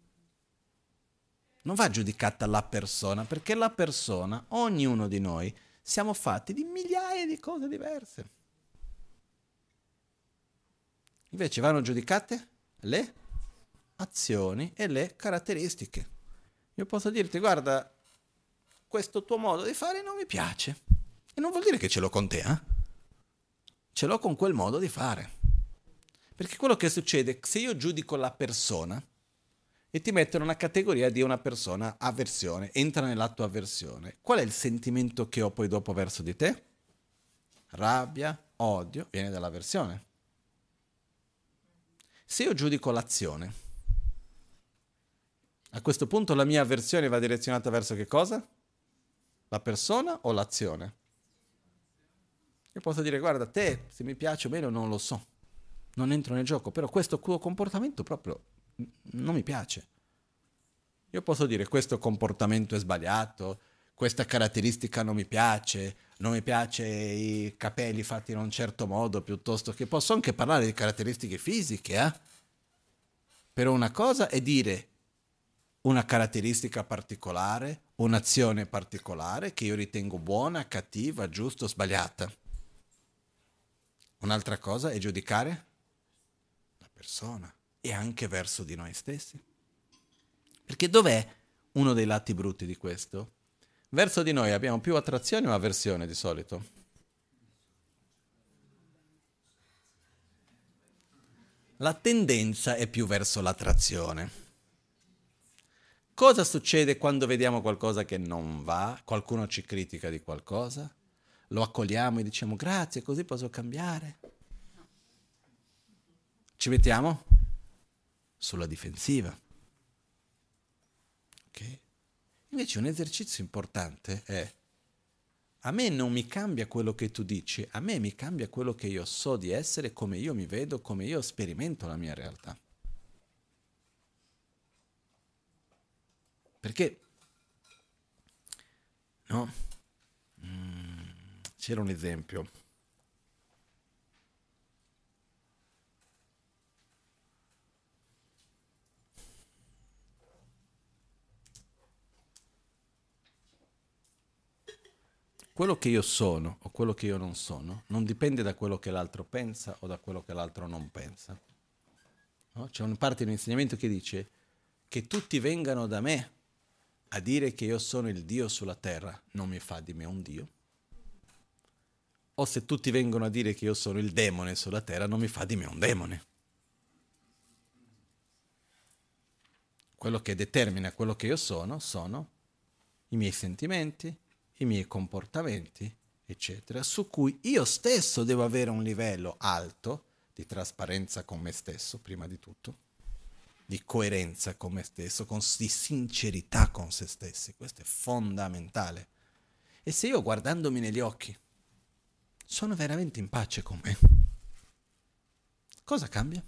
Non va giudicata la persona, perché la persona, ognuno di noi, siamo fatti di migliaia di cose diverse. Invece vanno giudicate le azioni e le caratteristiche. Io posso dirti, guarda, questo tuo modo di fare non mi piace. E non vuol dire che ce l'ho con te, eh? Ce l'ho con quel modo di fare. Perché quello che succede, se io giudico la persona e ti metto in una categoria di una persona avversione, entra nella tua avversione, qual è il sentimento che ho poi dopo verso di te? Rabbia, odio, viene dall'avversione. Se io giudico l'azione, a questo punto la mia avversione va direzionata verso che cosa? La persona o l'azione? Io posso dire, guarda, te se mi piace o meno non lo so, non entro nel gioco, però questo tuo comportamento proprio non mi piace. Io posso dire, questo comportamento è sbagliato, questa caratteristica non mi piace i capelli fatti in un certo modo, piuttosto che posso anche parlare di caratteristiche fisiche, eh? Però una cosa è dire una caratteristica particolare, un'azione particolare che io ritengo buona, cattiva, giusta o sbagliata. Un'altra cosa è giudicare la persona e anche verso di noi stessi. Perché dov'è uno dei lati brutti di questo? Verso di noi abbiamo più attrazione o avversione di solito? La tendenza è più verso l'attrazione. Cosa succede quando vediamo qualcosa che non va? Qualcuno ci critica di qualcosa? Lo accogliamo e diciamo grazie, così posso cambiare? Ci mettiamo sulla difensiva. Okay. Invece un esercizio importante è: a me non mi cambia quello che tu dici, a me mi cambia quello che io so di essere, come io mi vedo, come io sperimento la mia realtà. Perché, no? C'era un esempio. Quello che io sono o quello che io non sono non dipende da quello che l'altro pensa o da quello che l'altro non pensa. No? C'è una parte di un insegnamento che dice che tutti vengano da me a dire che io sono il Dio sulla terra, non mi fa di me un Dio. O se tutti vengono a dire che io sono il demone sulla terra, non mi fa di me un demone. Quello che determina quello che io sono i miei sentimenti, i miei comportamenti, eccetera, su cui io stesso devo avere un livello alto di trasparenza con me stesso, prima di tutto, di coerenza con me stesso, di sincerità con se stessi. Questo è fondamentale. E se io guardandomi negli occhi sono veramente in pace con me, cosa cambia?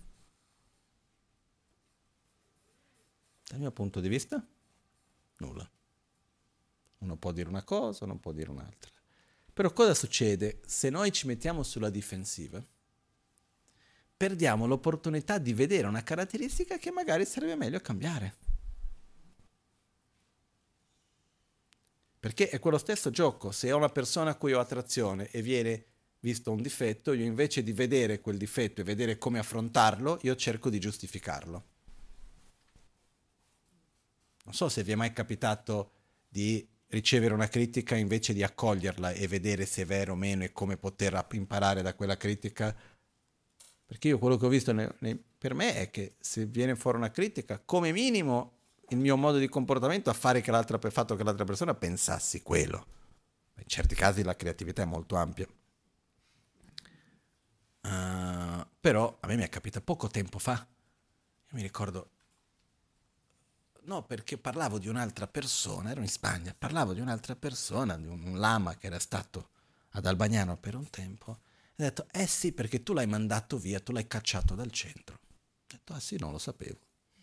Dal mio punto di vista, nulla. Uno può dire una cosa, uno può dire un'altra. Però cosa succede se noi ci mettiamo sulla difensiva? Perdiamo l'opportunità di vedere una caratteristica che magari sarebbe meglio cambiare. Perché è quello stesso gioco. Se ho una persona a cui ho attrazione e viene visto un difetto, io invece di vedere quel difetto e vedere come affrontarlo, io cerco di giustificarlo. Non so se vi è mai capitato di ricevere una critica invece di accoglierla e vedere se è vero o meno e come poter imparare da quella critica. Perché io quello che ho visto per me è che se viene fuori una critica, come minimo il mio modo di comportamento ha fatto che l'altra persona pensassi quello. In certi casi la creatività è molto ampia. Però a me mi è capitato poco tempo fa. Io mi ricordo, no, perché parlavo di un'altra persona, ero in Spagna, parlavo di un'altra persona, di un lama che era stato ad Albagnano per un tempo. E ho detto, eh sì, perché tu l'hai mandato via, tu l'hai cacciato dal centro. Ho detto, ah sì, non lo sapevo.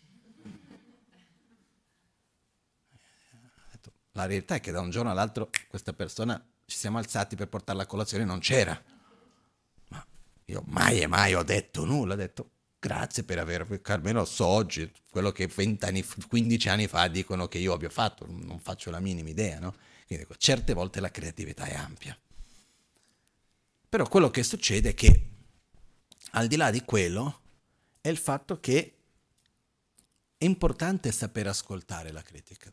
Ho detto, la realtà è che da un giorno all'altro questa persona ci siamo alzati per portarla a colazione e non c'era. Ma io mai e mai ho detto nulla, ho detto grazie per aver, perché almeno so oggi quello che 20 anni, 15 anni fa dicono che io abbia fatto, non faccio la minima idea, no? Quindi dico, certe volte la creatività è ampia. Però quello che succede è che al di là di quello è il fatto che è importante saper ascoltare la critica.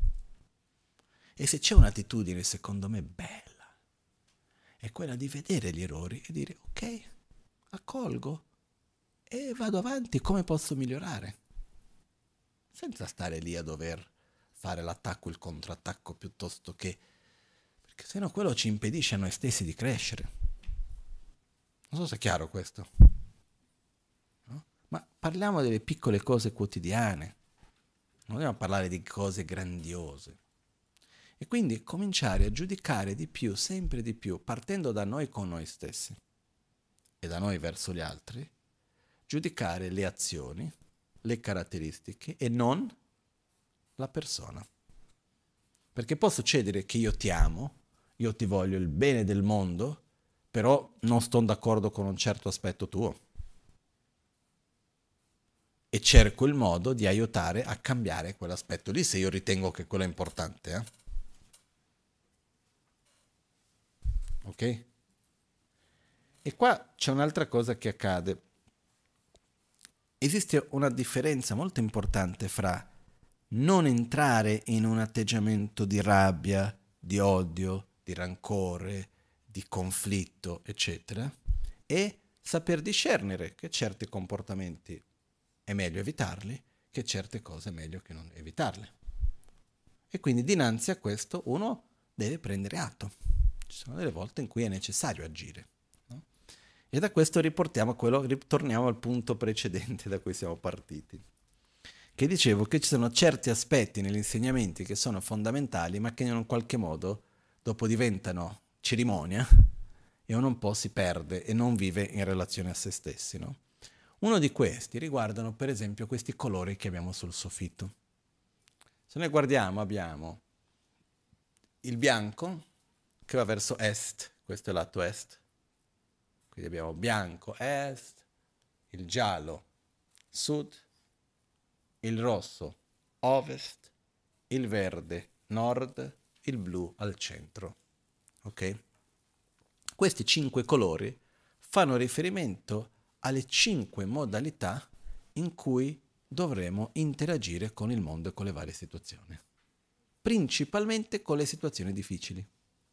E se c'è un'attitudine, secondo me, bella, è quella di vedere gli errori e dire ok, accolgo e vado avanti, come posso migliorare? Senza stare lì a dover fare l'attacco, il contrattacco piuttosto che... perché sennò quello ci impedisce a noi stessi di crescere. Non so se è chiaro questo. No? Ma parliamo delle piccole cose quotidiane, non dobbiamo parlare di cose grandiose. E quindi cominciare a giudicare di più, sempre di più, partendo da noi con noi stessi e da noi verso gli altri, giudicare le azioni, le caratteristiche e non la persona. Perché può succedere che io ti amo, io ti voglio il bene del mondo, però non sto d'accordo con un certo aspetto tuo. E cerco il modo di aiutare a cambiare quell'aspetto lì, se io ritengo che quello è importante. Ok? E qua c'è un'altra cosa che accade. Esiste una differenza molto importante fra non entrare in un atteggiamento di rabbia, di odio, di rancore, di conflitto, eccetera, e saper discernere che certi comportamenti è meglio evitarli, che certe cose è meglio che non evitarle. E quindi dinanzi a questo uno deve prendere atto. Ci sono delle volte in cui è necessario agire. No? E da questo ritorniamo al punto precedente da cui siamo partiti. Che dicevo che ci sono certi aspetti negli insegnamenti che sono fondamentali, ma che in qualche modo dopo diventano cerimonia e uno un po' si perde e non vive in relazione a se stessi. No? Uno di questi riguardano per esempio questi colori che abbiamo sul soffitto. Se noi guardiamo abbiamo il bianco che va verso est, questo è il lato est, quindi abbiamo bianco est, il giallo sud, il rosso ovest, il verde nord, il blu al centro. Ok? Questi 5 colori fanno riferimento alle 5 modalità in cui dovremo interagire con il mondo e con le varie situazioni. Principalmente con le situazioni difficili.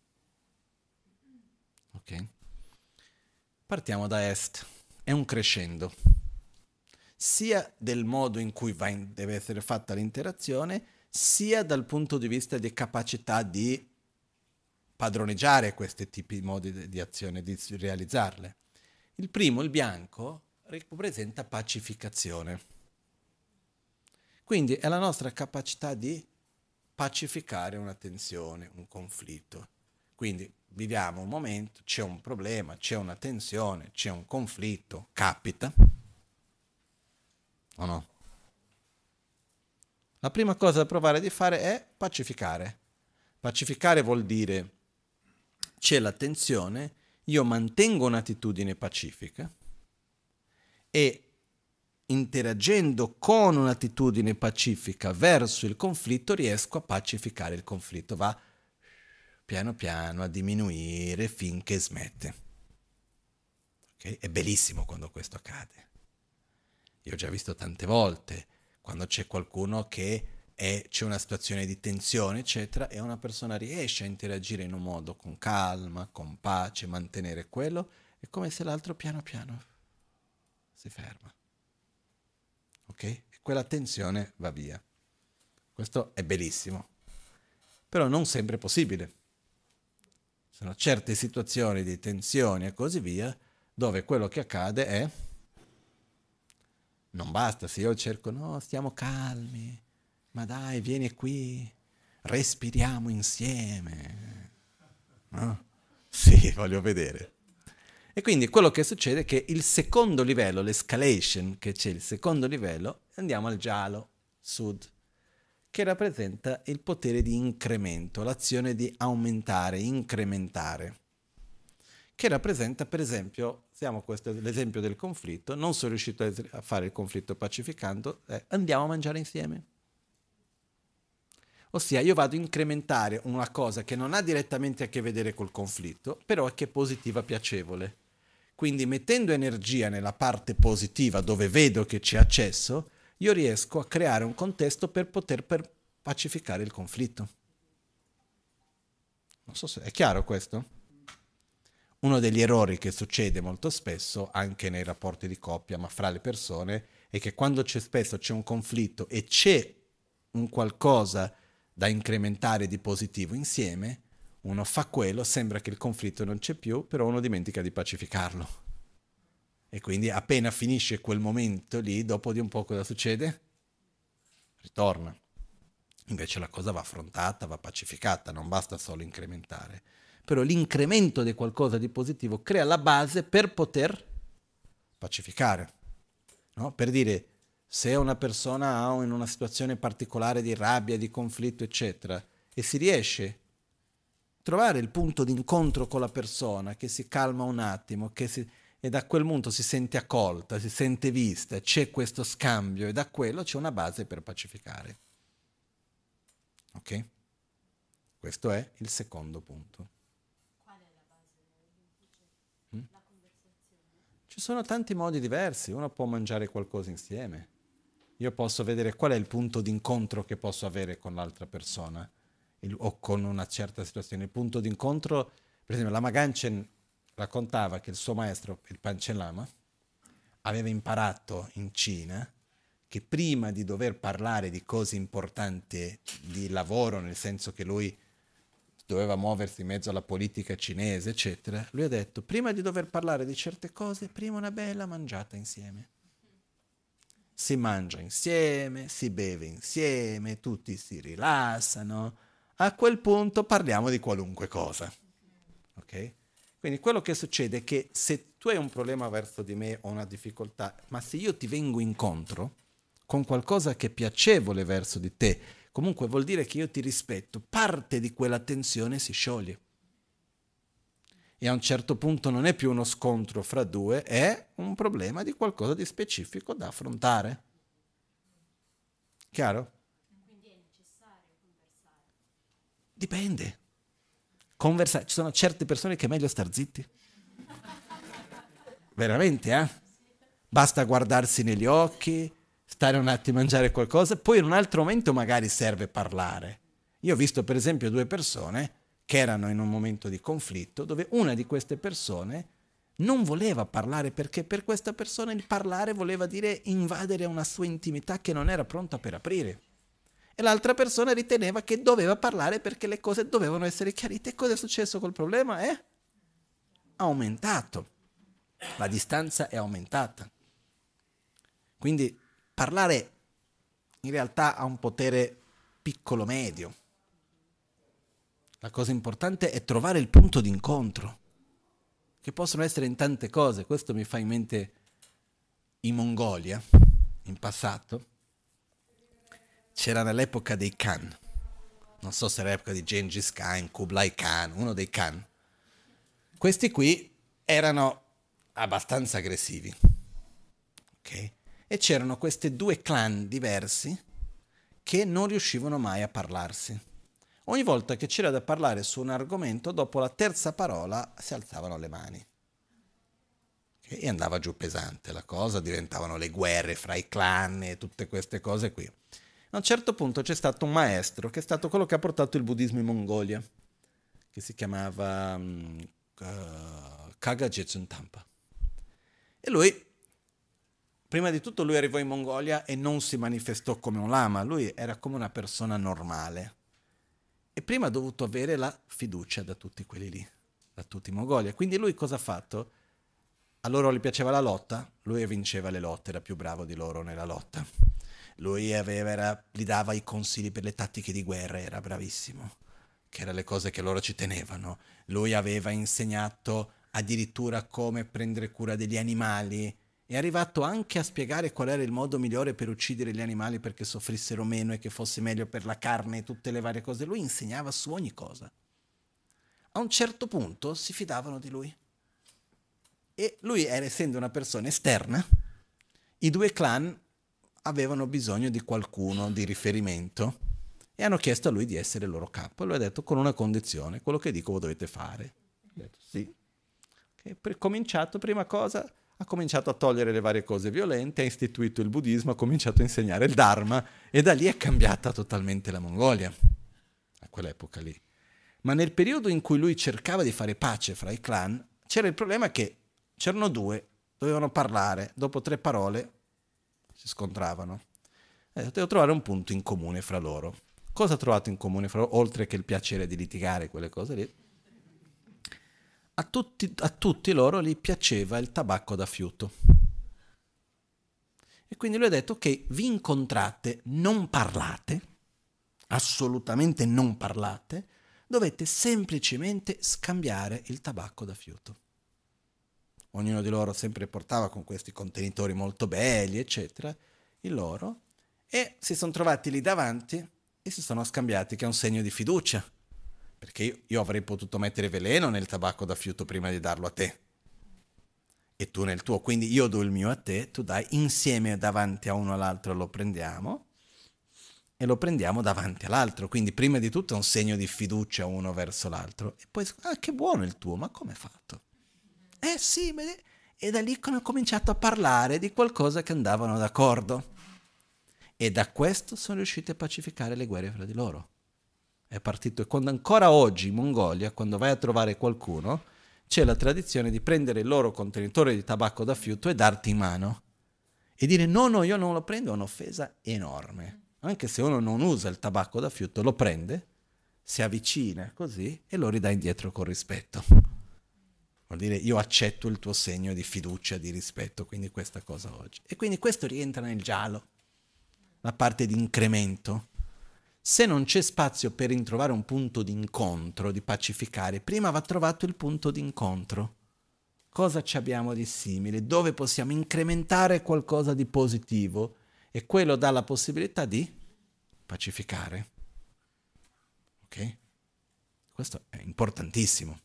Ok? Partiamo da est. È un crescendo. Sia del modo in cui deve essere fatta l'interazione, sia dal punto di vista di capacità di padroneggiare questi tipi di modi di azione, di realizzarle. Il primo, il bianco, rappresenta pacificazione. Quindi è la nostra capacità di pacificare una tensione, un conflitto. Quindi viviamo un momento, c'è un problema, c'è una tensione, c'è un conflitto, capita o no? La prima cosa da provare di fare è pacificare. Pacificare vuol dire c'è la tensione, io mantengo un'attitudine pacifica e interagendo con un'attitudine pacifica verso il conflitto riesco a pacificare il conflitto. Va piano piano a diminuire finché smette. Okay? È bellissimo quando questo accade. Io ho già visto tante volte, quando c'è qualcuno che c'è una situazione di tensione, eccetera, e una persona riesce a interagire in un modo con calma, con pace, mantenere quello, è come se l'altro piano piano si ferma. Ok? E quella tensione va via. Questo è bellissimo. Però non sempre è possibile. Sono certe situazioni di tensione e così via, dove quello che accade è non basta se io cerco, no, stiamo calmi, ma dai, vieni qui, respiriamo insieme. No? Sì, voglio vedere. E quindi quello che succede è che il secondo livello, l'escalation, che c'è il secondo livello, andiamo al giallo, sud, che rappresenta il potere di incremento, l'azione di aumentare, incrementare, che rappresenta, per esempio, questo è l'esempio del conflitto, non sono riuscito a fare il conflitto pacificando, andiamo a mangiare insieme. Ossia, io vado a incrementare una cosa che non ha direttamente a che vedere col conflitto, però è che è positiva, piacevole. Quindi mettendo energia nella parte positiva dove vedo che c'è accesso, io riesco a creare un contesto per poter pacificare il conflitto. Non so se è chiaro questo? Uno degli errori che succede molto spesso, anche nei rapporti di coppia, ma fra le persone, è che quando spesso c'è un conflitto e c'è un qualcosa da incrementare di positivo insieme, uno fa quello, sembra che il conflitto non c'è più, però uno dimentica di pacificarlo. E quindi appena finisce quel momento lì, dopo di un po' cosa succede? Ritorna. Invece la cosa va affrontata, va pacificata, non basta solo incrementare. Però l'incremento di qualcosa di positivo crea la base per poter pacificare. No? Per dire, se una persona ha in una situazione particolare di rabbia, di conflitto, eccetera, e si riesce a trovare il punto d'incontro con la persona, che si calma un attimo, e da quel punto si sente accolta, si sente vista, c'è questo scambio e da quello c'è una base per pacificare. Ok? Questo è il secondo punto. Ci sono tanti modi diversi, uno può mangiare qualcosa insieme. Io posso vedere qual è il punto d'incontro che posso avere con l'altra persona o con una certa situazione. Il punto d'incontro, per esempio, Lama Ganchen raccontava che il suo maestro, il Panchen Lama, aveva imparato in Cina che prima di dover parlare di cose importanti di lavoro, nel senso che lui doveva muoversi in mezzo alla politica cinese, eccetera, lui ha detto, prima di dover parlare di certe cose, prima una bella mangiata insieme. Si mangia insieme, si beve insieme, tutti si rilassano. A quel punto parliamo di qualunque cosa. Ok? Quindi quello che succede è che se tu hai un problema verso di me o una difficoltà, ma se io ti vengo incontro con qualcosa che è piacevole verso di te, comunque vuol dire che io ti rispetto, parte di quella tensione si scioglie. E a un certo punto non è più uno scontro fra due, è un problema di qualcosa di specifico da affrontare. Chiaro? Quindi è necessario conversare. Dipende. Conversare. Ci sono certe persone che è meglio star zitti. Veramente, eh? Basta guardarsi negli occhi, stare un attimo a mangiare qualcosa, poi in un altro momento magari serve parlare. Io ho visto per esempio due persone che erano in un momento di conflitto dove una di queste persone non voleva parlare perché per questa persona il parlare voleva dire invadere una sua intimità che non era pronta per aprire. E l'altra persona riteneva che doveva parlare perché le cose dovevano essere chiarite. E cosa è successo col problema? È aumentato. La distanza è aumentata. Quindi parlare in realtà ha un potere piccolo-medio. La cosa importante è trovare il punto d'incontro, che possono essere in tante cose. Questo mi fa in mente in Mongolia, in passato, c'era nell'epoca dei Khan. Non so se era l'epoca di Gengis Khan, Kublai Khan, uno dei Khan. Questi qui erano abbastanza aggressivi. Ok? E c'erano questi due clan diversi che non riuscivano mai a parlarsi. Ogni volta che c'era da parlare su un argomento, dopo la terza parola si alzavano le mani. E andava giù pesante la cosa, diventavano le guerre fra i clan e tutte queste cose qui. A un certo punto c'è stato un maestro, che è stato quello che ha portato il buddismo in Mongolia, che si chiamava Kaga Jetsun Tampa. E lui, prima di tutto, lui arrivò in Mongolia e non si manifestò come un lama, lui era come una persona normale. E prima ha dovuto avere la fiducia da tutti quelli lì, da tutti in Mongolia. Quindi lui cosa ha fatto? A loro gli piaceva la lotta, lui vinceva le lotte, era più bravo di loro nella lotta. Lui gli dava i consigli per le tattiche di guerra, era bravissimo, che erano le cose che loro ci tenevano. Lui aveva insegnato addirittura come prendere cura degli animali, è arrivato anche a spiegare qual era il modo migliore per uccidere gli animali perché soffrissero meno e che fosse meglio per la carne e tutte le varie cose. Lui insegnava su ogni cosa. A un certo punto si fidavano di lui. E lui, essendo una persona esterna, i due clan avevano bisogno di qualcuno di riferimento e hanno chiesto a lui di essere il loro capo. E lui ha detto con una condizione, quello che dico voi dovete fare. Ha detto sì. Prima cosa, ha cominciato a togliere le varie cose violente, ha istituito il buddismo, ha cominciato a insegnare il Dharma e da lì è cambiata totalmente la Mongolia, a quell'epoca lì. Ma nel periodo in cui lui cercava di fare pace fra i clan, c'era il problema che c'erano due, dovevano parlare, dopo 3 parole si scontravano. Devo trovare un punto in comune fra loro. Cosa ha trovato in comune fra loro, oltre che il piacere di litigare, quelle cose lì? A tutti loro gli piaceva il tabacco da fiuto. E quindi lui ha detto, ok, vi incontrate, non parlate, assolutamente non parlate, dovete semplicemente scambiare il tabacco da fiuto. Ognuno di loro sempre portava con questi contenitori molto belli, eccetera, il loro, e si sono trovati lì davanti e si sono scambiati, che è un segno di fiducia, perché io avrei potuto mettere veleno nel tabacco da fiuto prima di darlo a te, e tu nel tuo, quindi io do il mio a te, tu dai, insieme davanti a uno all'altro lo prendiamo, e lo prendiamo davanti all'altro, quindi prima di tutto è un segno di fiducia uno verso l'altro, e poi, che buono il tuo, ma come è fatto? Sì, e da lì hanno cominciato a parlare di qualcosa che andavano d'accordo. E da questo sono riusciti a pacificare le guerre fra di loro. È partito, e quando ancora oggi in Mongolia, quando vai a trovare qualcuno, c'è la tradizione di prendere il loro contenitore di tabacco da fiuto e darti in mano. E dire no, io non lo prendo, è un'offesa enorme. Anche se uno non usa il tabacco da fiuto, lo prende, si avvicina così e lo ridà indietro con rispetto. Vuol dire io accetto il tuo segno di fiducia, di rispetto, quindi questa cosa oggi. E quindi questo rientra nel giallo, la parte di incremento. Se non c'è spazio per ritrovare un punto di incontro, di pacificare, prima va trovato il punto di incontro. Cosa ci abbiamo di simile? Dove possiamo incrementare qualcosa di positivo? E quello dà la possibilità di pacificare. Ok? Questo è importantissimo.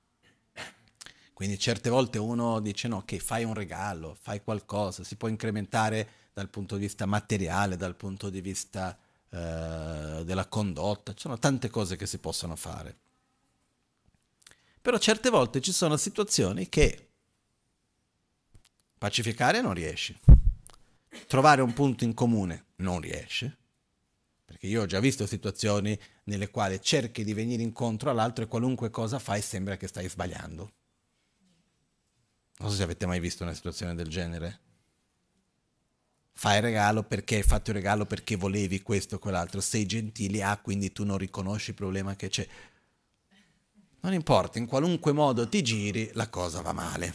Quindi certe volte uno dice no, che fai un regalo, fai qualcosa, si può incrementare dal punto di vista materiale, dal punto di vista della condotta, ci sono tante cose che si possono fare. Però certe volte ci sono situazioni che pacificare non riesci, trovare un punto in comune non riesce, perché io ho già visto situazioni nelle quali cerchi di venire incontro all'altro e qualunque cosa fai sembra che stai sbagliando. Non so se avete mai visto una situazione del genere. Fai il regalo perché hai fatto il regalo perché volevi questo o quell'altro, sei gentile, quindi tu non riconosci il problema che c'è. Non importa, in qualunque modo ti giri, la cosa va male.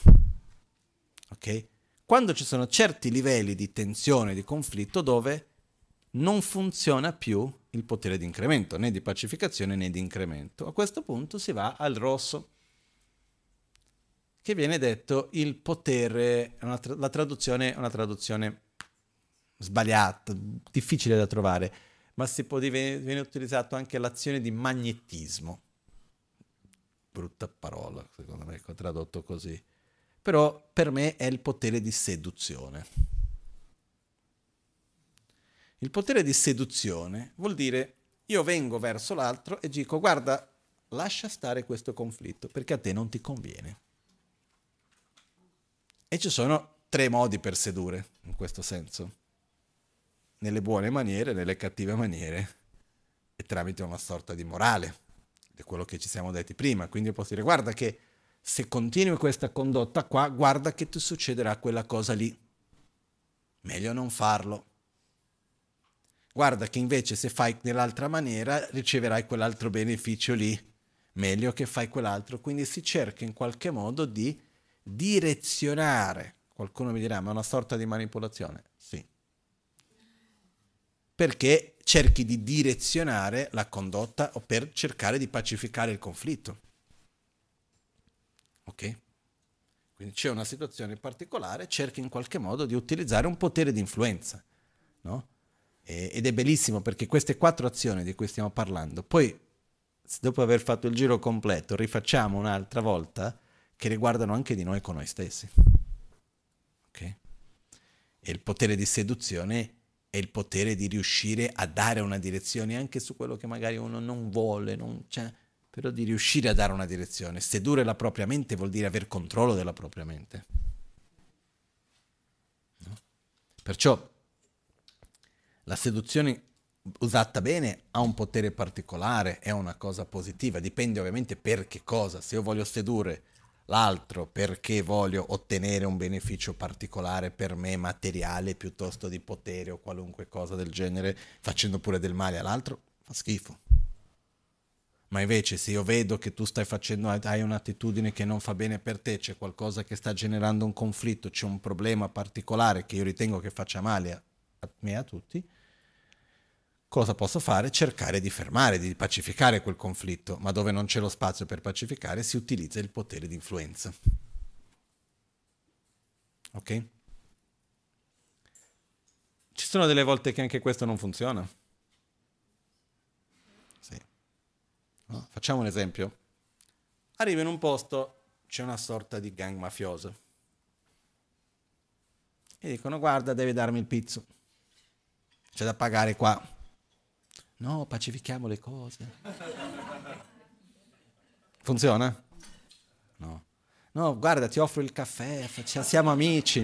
Ok? Quando ci sono certi livelli di tensione, di conflitto, dove non funziona più il potere di incremento, né di pacificazione né di incremento. A questo punto si va al rosso, che viene detto il potere, la traduzione è una traduzione sbagliata, difficile da trovare, ma viene utilizzato anche l'azione di magnetismo. Brutta parola, secondo me, tradotto così. Però per me è il potere di seduzione. Il potere di seduzione vuol dire Io vengo verso l'altro e dico, guarda, lascia stare questo conflitto perché a te non ti conviene. E ci sono 3 modi per sedurre, in questo senso. Nelle buone maniere, nelle cattive maniere e tramite una sorta di morale, di quello che ci siamo detti prima. Quindi io posso dire, guarda che se continui questa condotta qua, guarda che ti succederà quella cosa lì. Meglio non farlo. Guarda che invece se fai nell'altra maniera riceverai quell'altro beneficio lì. Meglio che fai quell'altro. Quindi si cerca in qualche modo di direzionare. Qualcuno mi dirà, ma è una sorta di manipolazione? Sì. Perché cerchi di direzionare la condotta o per cercare di pacificare il conflitto. Ok? Quindi c'è una situazione particolare, cerchi in qualche modo di utilizzare un potere di influenza, no? Ed è bellissimo perché queste 4 azioni di cui stiamo parlando, poi dopo aver fatto il giro completo, rifacciamo un'altra volta che riguardano anche di noi con noi stessi. Ok? E il potere di seduzione è il potere di riuscire a dare una direzione anche su quello che magari uno non vuole, però di riuscire a dare una direzione. Sedurre la propria mente vuol dire aver controllo della propria mente. No? Perciò la seduzione usata bene ha un potere particolare, è una cosa positiva, dipende ovviamente per che cosa. Se io voglio sedurre l'altro perché voglio ottenere un beneficio particolare per me, materiale, piuttosto di potere o qualunque cosa del genere, facendo pure del male all'altro, fa schifo. Ma invece se io vedo che tu stai facendo, hai un'attitudine che non fa bene per te, c'è qualcosa che sta generando un conflitto, c'è un problema particolare che io ritengo che faccia male a me e a tutti, cosa posso fare? Cercare di fermare, di pacificare quel conflitto, ma dove non c'è lo spazio per pacificare si utilizza il potere di influenza. Ok? Ci sono delle volte che anche questo non funziona. Sì. No? Facciamo un esempio. Arrivo in un posto, c'è una sorta di gang mafioso. E dicono, guarda, devi darmi il pizzo. C'è da pagare qua. No, pacifichiamo le cose. Funziona? No. No, guarda, ti offro il caffè, siamo amici.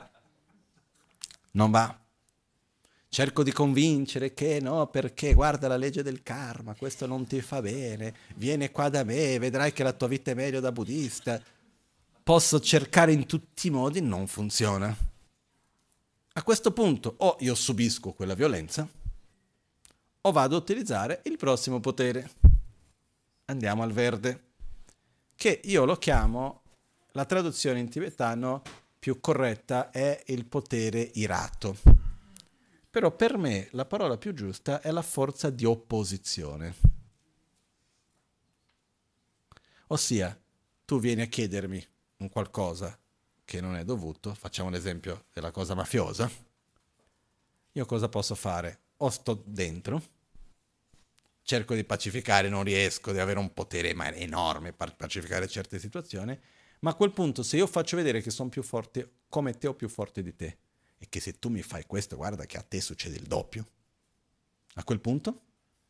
Non va. Cerco di convincere che no, perché guarda la legge del karma, questo non ti fa bene, vieni qua da me, vedrai che la tua vita è meglio da buddista. Posso cercare in tutti i modi, non funziona. A questo punto o io subisco quella violenza o vado a utilizzare il prossimo potere. Andiamo al verde, che io lo chiamo, la traduzione in tibetano più corretta è il potere irato. Però per me la parola più giusta è la forza di opposizione. Ossia, tu vieni a chiedermi un qualcosa che non è dovuto, facciamo l'esempio della cosa mafiosa, io cosa posso fare? O sto dentro, cerco di pacificare, non riesco, di avere un potere enorme per pacificare certe situazioni, ma a quel punto se io faccio vedere che sono più forte come te o più forte di te, e che se tu mi fai questo, guarda che a te succede il doppio, a quel punto?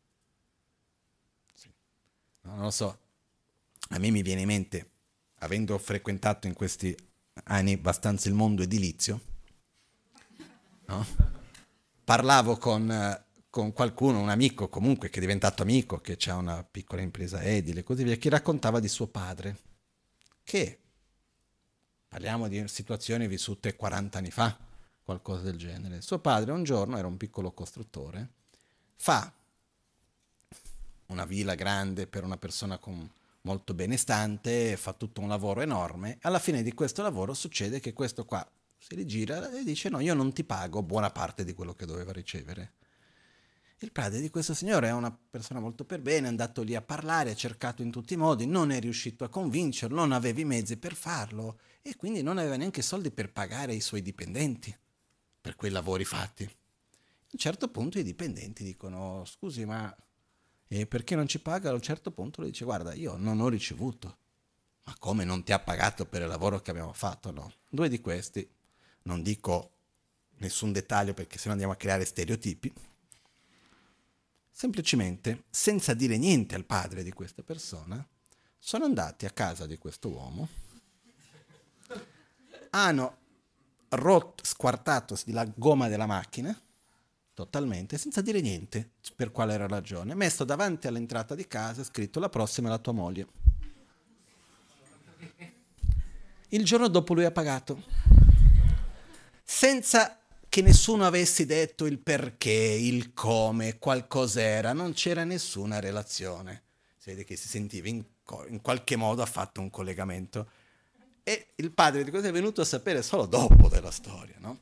Sì. No, non lo so, a me mi viene in mente, avendo frequentato in questi anni abbastanza il mondo edilizio, no? Parlavo con qualcuno, un amico comunque che è diventato amico, che ha una piccola impresa edile e così via, che raccontava di suo padre, che, parliamo di situazioni vissute 40 anni fa, qualcosa del genere. Suo padre un giorno, era un piccolo costruttore, fa una villa grande per una persona molto benestante, fa tutto un lavoro enorme, alla fine di questo lavoro succede che questo qua si rigira e dice no, io non ti pago buona parte di quello che doveva ricevere. Il padre di questo signore è una persona molto per bene, è andato lì a parlare, ha cercato in tutti i modi, non è riuscito a convincerlo, non aveva i mezzi per farlo e quindi non aveva neanche soldi per pagare i suoi dipendenti per quei lavori fatti. A un certo punto i dipendenti dicono scusi ma perché non ci paga? A un certo punto lui dice guarda io non ho ricevuto. Ma come non ti ha pagato per il lavoro che abbiamo fatto? No. 2 di questi, non dico nessun dettaglio perché sennò andiamo a creare stereotipi, semplicemente, senza dire niente al padre di questa persona, sono andati a casa di questo uomo, hanno squartato la gomma della macchina, totalmente, senza dire niente per quale era la ragione, messo davanti all'entrata di casa, scritto la prossima è la tua moglie. Il giorno dopo lui ha pagato, senza che nessuno avesse detto il perché, il come, qualcos'era, non c'era nessuna relazione. Si vede che si sentiva in qualche modo ha fatto un collegamento. E il padre di questo è venuto a sapere solo dopo della storia, no?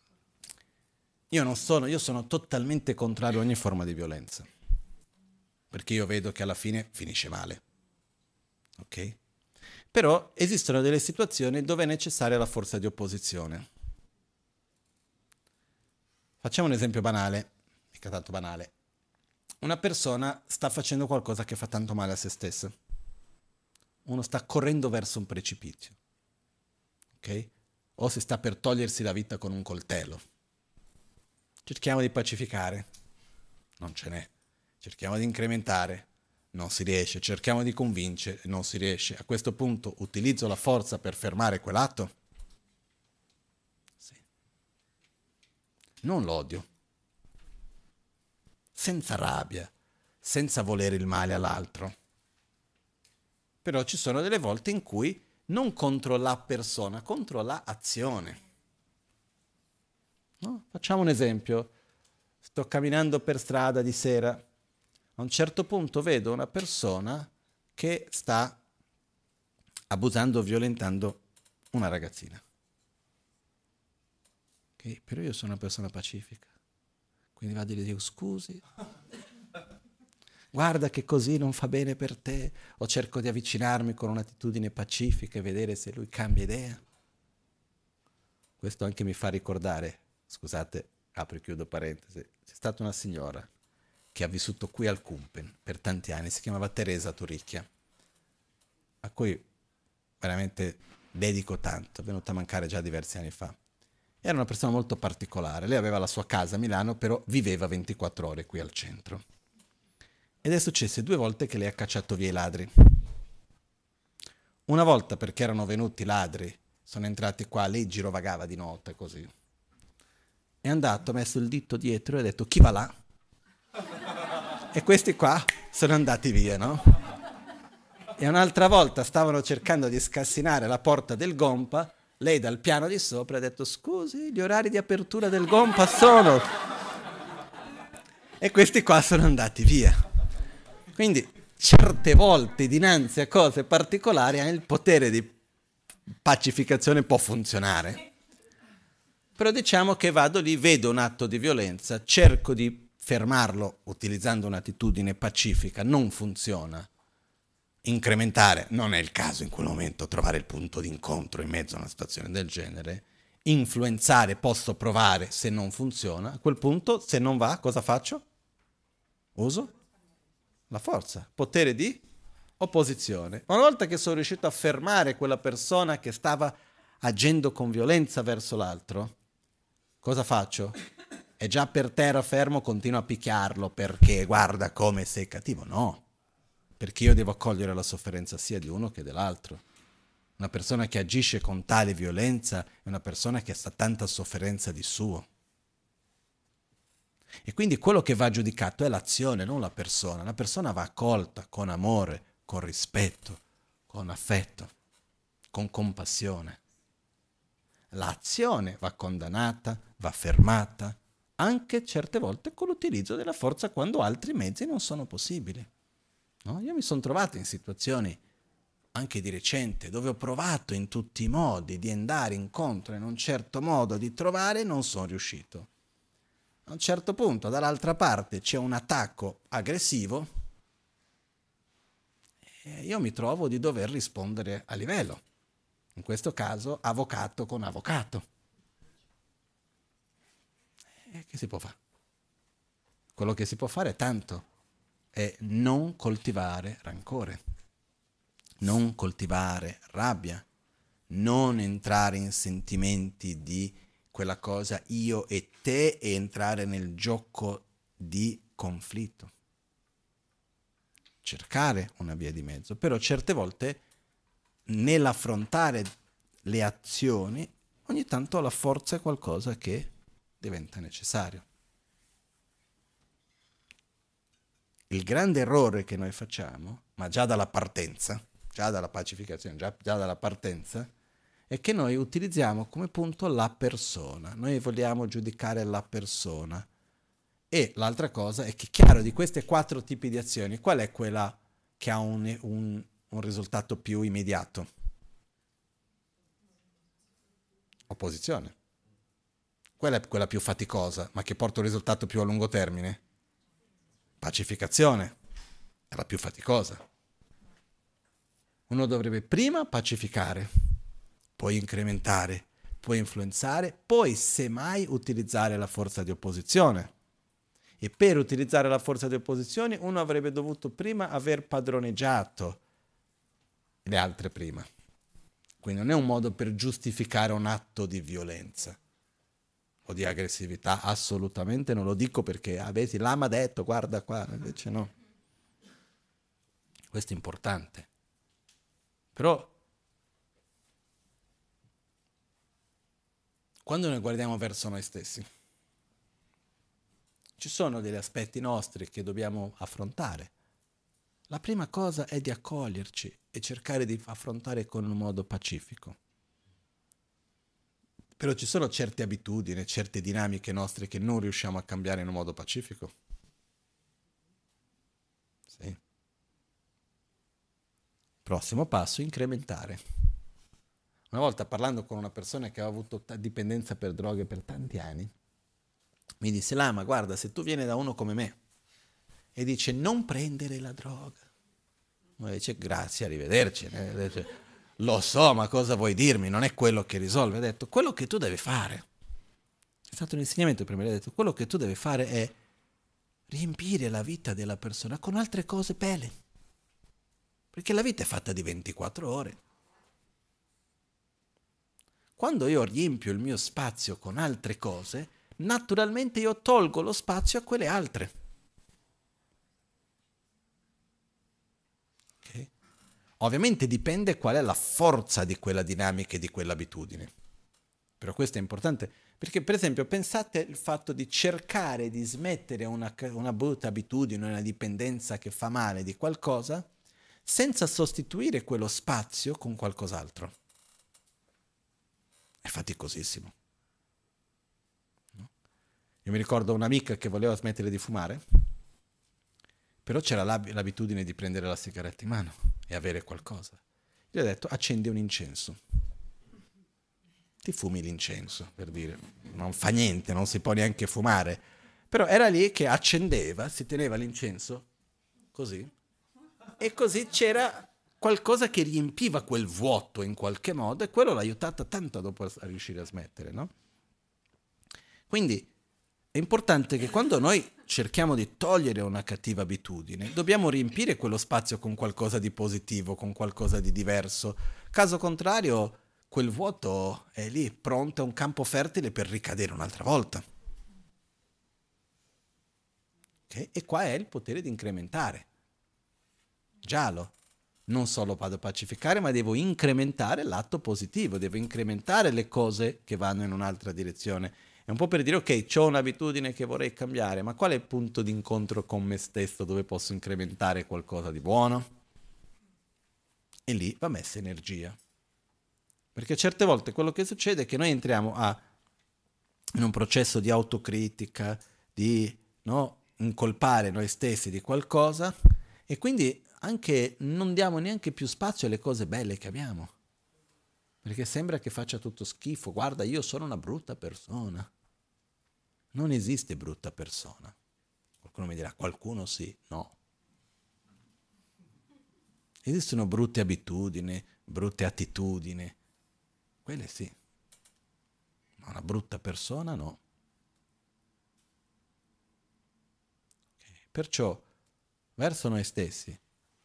Io sono totalmente contrario a ogni forma di violenza, perché io vedo che alla fine finisce male, ok? Però esistono delle situazioni dove è necessaria la forza di opposizione. Facciamo un esempio banale, mica tanto banale. Una persona sta facendo qualcosa che fa tanto male a se stessa. Uno sta correndo verso un precipizio, ok? O si sta per togliersi la vita con un coltello. Cerchiamo di pacificare, non ce n'è. Cerchiamo di incrementare, non si riesce. Cerchiamo di convincere, non si riesce. A questo punto utilizzo la forza per fermare quell'atto? Sì. Non l'odio, senza rabbia, senza volere il male all'altro. Però ci sono delle volte in cui non contro la persona, contro l'azione. No? Facciamo un esempio. Sto camminando per strada di sera. A un certo punto vedo una persona che sta abusando o violentando una ragazzina. Okay? Però io sono una persona pacifica. Quindi vado e gli dico scusi. Guarda che così non fa bene per te. O cerco di avvicinarmi con un'attitudine pacifica e vedere se lui cambia idea. Questo anche mi fa ricordare, scusate, apro e chiudo parentesi, c'è stata una signora che ha vissuto qui al Kumpen per tanti anni, si chiamava Teresa Turicchia, a cui veramente dedico tanto, è venuta a mancare già diversi anni fa. Era una persona molto particolare, lei aveva la sua casa a Milano, però viveva 24 ore qui al centro. Ed è successo 2 volte che lei ha cacciato via i ladri. Una volta perché erano venuti ladri, sono entrati qua, lei girovagava di notte così. È andato, ha messo il dito dietro e ha detto chi va là? E questi qua sono andati via, no? E un'altra volta stavano cercando di scassinare la porta del Gompa, lei dal piano di sopra ha detto scusi, gli orari di apertura del Gompa sono... E questi qua sono andati via. Quindi certe volte dinanzi a cose particolari il potere di pacificazione può funzionare. Però diciamo che vado lì, vedo un atto di violenza, cerco di fermarlo utilizzando un'attitudine pacifica, non funziona. Incrementare, non è il caso in quel momento, trovare il punto d'incontro in mezzo a una situazione del genere. Influenzare, posso provare, se non funziona. A quel punto, se non va, cosa faccio? Uso la forza, potere di opposizione. Ma una volta che sono riuscito a fermare quella persona che stava agendo con violenza verso l'altro, cosa faccio? È già per terra fermo, continuo a picchiarlo perché guarda come sei cattivo? No, perché io devo accogliere la sofferenza sia di uno che dell'altro. Una persona che agisce con tale violenza è una persona che ha tanta sofferenza di suo. E quindi quello che va giudicato è l'azione, non la persona. La persona va accolta con amore, con rispetto, con affetto, con compassione. L'azione va condannata, va fermata, anche certe volte con l'utilizzo della forza quando altri mezzi non sono possibili. No? Io mi sono trovato in situazioni anche di recente dove ho provato in tutti i modi di andare incontro in un certo modo di trovare e non sono riuscito. A un certo punto dall'altra parte c'è un attacco aggressivo e io mi trovo di dover rispondere a livello. In questo caso avvocato con avvocato. E che si può fare? Quello che si può fare è tanto, è non coltivare rancore, non coltivare rabbia, non entrare in sentimenti di quella cosa io e te e entrare nel gioco di conflitto. cercare una via di mezzo, però certe volte nell'affrontare le azioni ogni tanto la forza è qualcosa che diventa necessario. Il grande errore che noi facciamo, ma già dalla partenza, già dalla pacificazione, già dalla partenza, è che noi utilizziamo come punto la persona. Noi vogliamo giudicare la persona. E l'altra cosa è che, chiaro, di queste 4 tipi di azioni, qual è quella che ha un risultato più immediato? Opposizione. Quella è quella più faticosa, ma che porta un risultato più a lungo termine? Pacificazione. È la più faticosa. Uno dovrebbe prima pacificare, poi incrementare, poi influenzare, poi semmai utilizzare la forza di opposizione. E per utilizzare la forza di opposizione uno avrebbe dovuto prima aver padroneggiato le altre prima. Quindi non è un modo per giustificare un atto di violenza o di aggressività, assolutamente non lo dico perché avete l'ama detto, guarda qua, invece no. Questo è importante. Però quando noi guardiamo verso noi stessi, ci sono degli aspetti nostri che dobbiamo affrontare. La prima cosa è di accoglierci e cercare di affrontare con un modo pacifico. Però ci sono certe abitudini, certe dinamiche nostre che non riusciamo a cambiare in un modo pacifico. Sì. Prossimo passo, incrementare. Una volta parlando con una persona che aveva avuto dipendenza per droghe per tanti anni, mi disse, Lama, guarda, se tu vieni da uno come me e dice non prendere la droga, ma dice grazie, arrivederci. Dice, lo so, ma cosa vuoi dirmi? Non è quello che risolve. Ha detto, quello che tu devi fare, è stato un insegnamento per me, ha detto, quello che tu devi fare è riempire la vita della persona con altre cose belle, perché la vita è fatta di 24 ore. Quando io riempio il mio spazio con altre cose, naturalmente io tolgo lo spazio a quelle altre. Okay? Ovviamente dipende qual è la forza di quella dinamica e di quell'abitudine. Però questo è importante, perché per esempio pensate il fatto di cercare di smettere una brutta abitudine, una dipendenza che fa male di qualcosa, senza sostituire quello spazio con qualcos'altro. È faticosissimo. No? Io mi ricordo un'amica che voleva smettere di fumare, però c'era l'abitudine di prendere la sigaretta in mano e avere qualcosa. Gli ho detto, accendi un incenso. Ti fumi l'incenso, per dire. Non fa niente, non si può neanche fumare. Però era lì che accendeva, si teneva l'incenso, così, e così c'era qualcosa che riempiva quel vuoto in qualche modo e quello l'ha aiutata tanto dopo a riuscire a smettere, no? Quindi è importante che quando noi cerchiamo di togliere una cattiva abitudine, dobbiamo riempire quello spazio con qualcosa di positivo, con qualcosa di diverso. Caso contrario, quel vuoto è lì, pronto, è un campo fertile per ricadere un'altra volta. Okay? E qua è il potere di incrementare. Giallo. Non solo vado a pacificare, ma devo incrementare l'atto positivo, devo incrementare le cose che vanno in un'altra direzione. È un po' per dire, ok, ho un'abitudine che vorrei cambiare, ma qual è il punto di incontro con me stesso dove posso incrementare qualcosa di buono? E lì va messa energia. Perché certe volte quello che succede è che noi entriamo in un processo di autocritica, di incolpare noi stessi di qualcosa, e quindi anche non diamo neanche più spazio alle cose belle che abbiamo. Perché sembra che faccia tutto schifo. Guarda, io sono una brutta persona. Non esiste brutta persona. Qualcuno mi dirà, qualcuno sì, no. Esistono brutte abitudini, brutte attitudini. Quelle sì. Ma una brutta persona no. Okay. Perciò, verso noi stessi,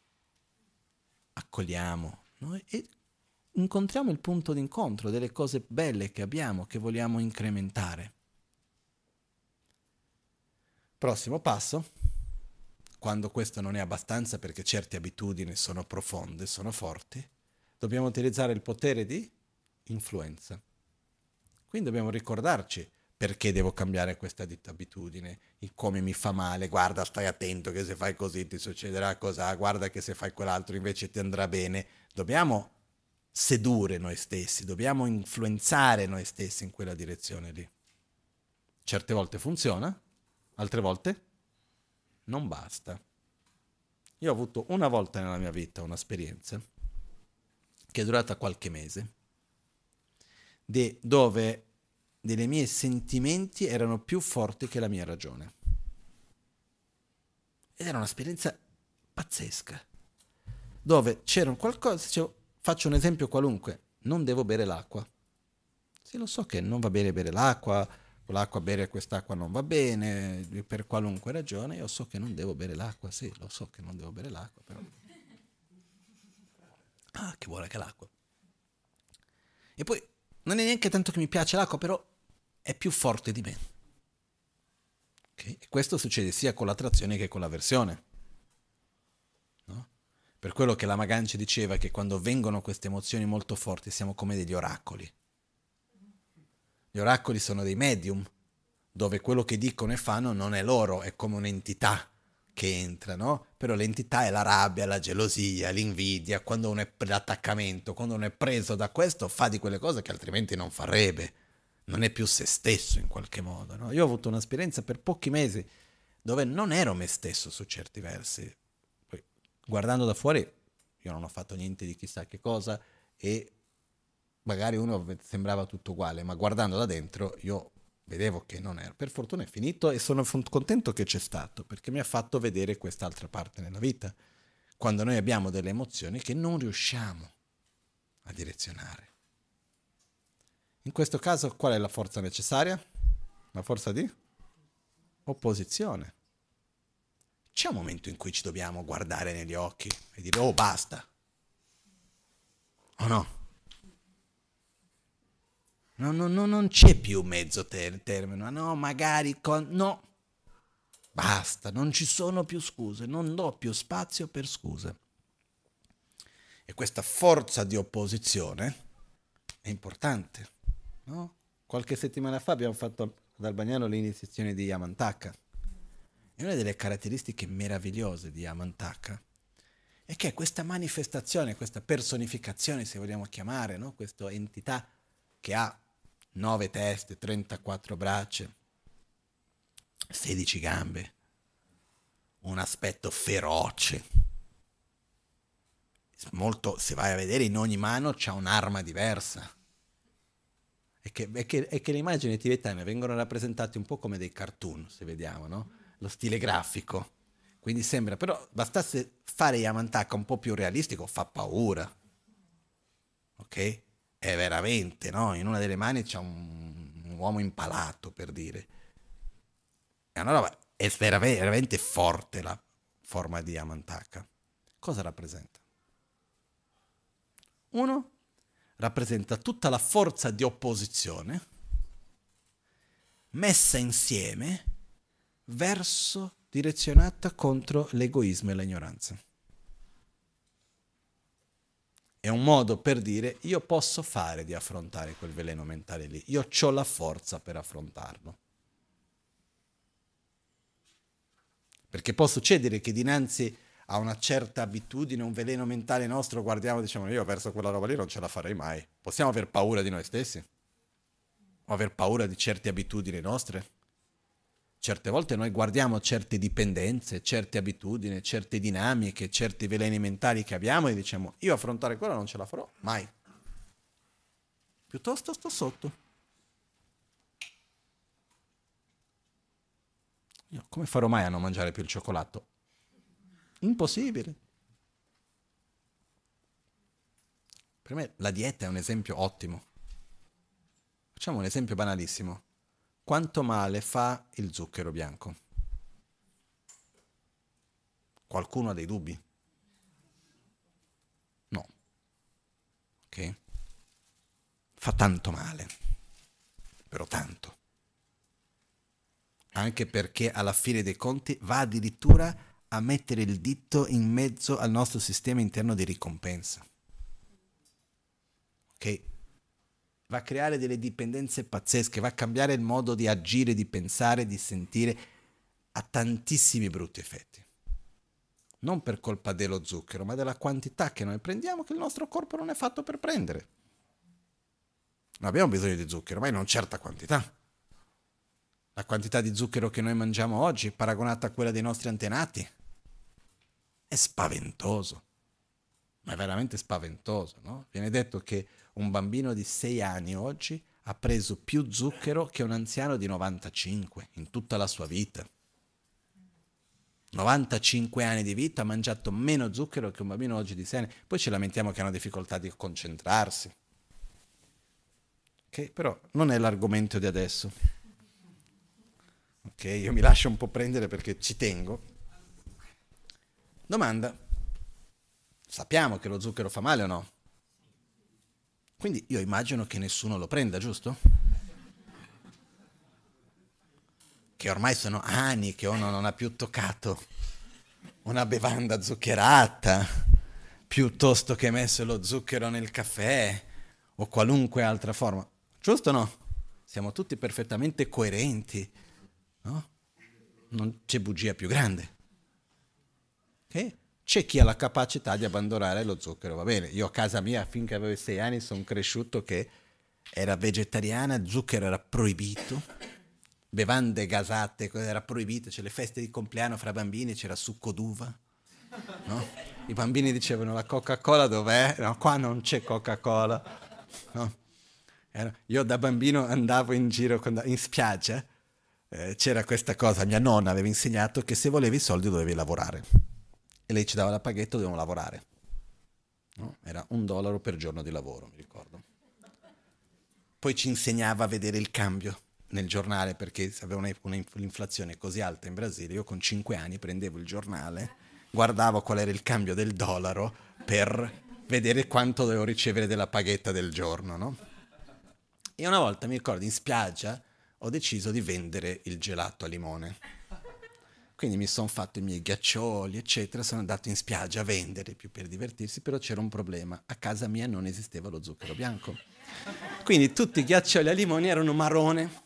accogliamo noi e incontriamo il punto d'incontro delle cose belle che abbiamo, che vogliamo incrementare. Prossimo passo, quando questo non è abbastanza perché certe abitudini sono profonde, sono forti, dobbiamo utilizzare il potere di influenza. Quindi dobbiamo ricordarci perché devo cambiare questa abitudine, come mi fa male, guarda stai attento che se fai così ti succederà cosa, guarda che se fai quell'altro invece ti andrà bene. Dobbiamo sedurre noi stessi, dobbiamo influenzare noi stessi in quella direzione lì. Certe volte funziona, altre volte non basta. Io ho avuto una volta nella mia vita un'esperienza che è durata qualche mese, dove dei miei sentimenti erano più forti che la mia ragione. Ed era un'esperienza pazzesca, dove c'era qualcosa, dicevo, faccio un esempio qualunque, non devo bere l'acqua. Sì, lo so che non va bene bere l'acqua, bere quest'acqua non va bene, per qualunque ragione, io so che non devo bere l'acqua, sì, lo so che non devo bere l'acqua, però... Ah, che buona che è l'acqua. E poi, non è neanche tanto che mi piace l'acqua, però è più forte di me. Okay? E questo succede sia con l'attrazione che con l'avversione. No? Per quello che la Maganci diceva che quando vengono queste emozioni molto forti siamo come degli oracoli. Gli oracoli sono dei medium, dove quello che dicono e fanno non è loro, è come un'entità che entra, no? Però l'entità è la rabbia, la gelosia, l'invidia, quando uno è l'attaccamento, quando uno è preso da questo, fa di quelle cose che altrimenti non farebbe. Non è più se stesso in qualche modo, no? Io ho avuto un'esperienza per pochi mesi dove non ero me stesso su certi versi. Poi, guardando da fuori, io non ho fatto niente di chissà che cosa e magari uno sembrava tutto uguale, ma guardando da dentro io vedevo che non era. Per fortuna è finito e sono contento che c'è stato, perché mi ha fatto vedere quest'altra parte nella vita, quando noi abbiamo delle emozioni che non riusciamo a direzionare. In questo caso qual è la forza necessaria? La forza di opposizione. C'è un momento in cui ci dobbiamo guardare negli occhi e dire oh basta. O no? No, non c'è più mezzo termine, no, magari no, basta, non ci sono più scuse, non do più spazio per scuse. E questa forza di opposizione è importante, no? Qualche settimana fa abbiamo fatto ad Albagnano l'iniziazione di Yamantaka. E una delle caratteristiche meravigliose di Yamantaka è che questa manifestazione, questa personificazione, se vogliamo chiamare, no? Questa entità che ha 9 teste, 34 braccia, 16 gambe, un aspetto feroce. Molto, se vai a vedere, in ogni mano c'ha un'arma diversa. E che le immagini tibetane vengono rappresentate un po' come dei cartoon, se vediamo, no? Lo stile grafico. Quindi sembra, però bastasse fare Yamantaka un po' più realistico, fa paura. Ok? È veramente, no? In una delle mani c'è un uomo impalato, per dire. È una roba, è veramente forte la forma di Yamantaka. Cosa rappresenta? Uno, rappresenta tutta la forza di opposizione messa insieme verso, direzionata contro l'egoismo e l'ignoranza. È un modo per dire io posso fare di affrontare quel veleno mentale lì, io ho la forza per affrontarlo. Perché può succedere che dinanzi a una certa abitudine, un veleno mentale nostro, guardiamo e diciamo io verso quella roba lì non ce la farei mai. Possiamo aver paura di noi stessi? O aver paura di certe abitudini nostre? Certe volte noi guardiamo certe dipendenze, certe abitudini, certe dinamiche, certi veleni mentali che abbiamo e diciamo io affrontare quello non ce la farò mai. Piuttosto sto sotto. Io come farò mai a non mangiare più il cioccolato? Impossibile. Per me la dieta è un esempio ottimo. Facciamo un esempio banalissimo. Quanto male fa il zucchero bianco? Qualcuno ha dei dubbi? No. Ok? Fa tanto male. Però tanto. Anche perché alla fine dei conti va addirittura a mettere il dito in mezzo al nostro sistema interno di ricompensa. Ok? Va a creare delle dipendenze pazzesche, va a cambiare il modo di agire, di pensare, di sentire, ha tantissimi brutti effetti. Non per colpa dello zucchero, ma della quantità che noi prendiamo, che il nostro corpo non è fatto per prendere. Non abbiamo bisogno di zucchero, ma in una certa quantità. La quantità di zucchero che noi mangiamo oggi, paragonata a quella dei nostri antenati, è spaventoso. Ma è veramente spaventoso, no? Viene detto che un bambino di 6 anni oggi ha preso più zucchero che un anziano di 95 in tutta la sua vita. 95 anni di vita ha mangiato meno zucchero che un bambino oggi di 6 anni. Poi ci lamentiamo che hanno difficoltà di concentrarsi. Ok? Però non è l'argomento di adesso. Ok? Io mi lascio un po' prendere perché ci tengo. Domanda. Sappiamo che lo zucchero fa male o no? Quindi io immagino che nessuno lo prenda, giusto? Che ormai sono anni che uno non ha più toccato una bevanda zuccherata, piuttosto che messo lo zucchero nel caffè o qualunque altra forma. Giusto o no? Siamo tutti perfettamente coerenti, no? Non c'è bugia più grande. Ok? C'è chi ha la capacità di abbandonare lo zucchero, va bene. Io a casa mia, finché avevo 6 anni, sono cresciuto che era vegetariana, zucchero era proibito, bevande gasate era proibito, c'è le feste di compleanno fra bambini, c'era succo d'uva, no? I bambini dicevano la Coca-Cola dov'è? No, qua non c'è Coca-Cola, no? Io da bambino andavo in giro in spiaggia, c'era questa cosa, mia nonna aveva insegnato che se volevi i soldi dovevi lavorare. E lei ci dava la paghetta, dovevamo lavorare. No? Era $1 per giorno di lavoro, mi ricordo. Poi ci insegnava a vedere il cambio nel giornale, perché aveva un'inflazione così alta in Brasile. Io con 5 anni prendevo il giornale, guardavo qual era il cambio del dollaro per vedere quanto dovevo ricevere della paghetta del giorno. No? E una volta, mi ricordo, in spiaggia ho deciso di vendere il gelato a limone. Quindi mi sono fatto i miei ghiaccioli, eccetera, sono andato in spiaggia a vendere, più per divertirsi, però c'era un problema. A casa mia non esisteva lo zucchero bianco. Quindi tutti i ghiaccioli a limone erano marrone.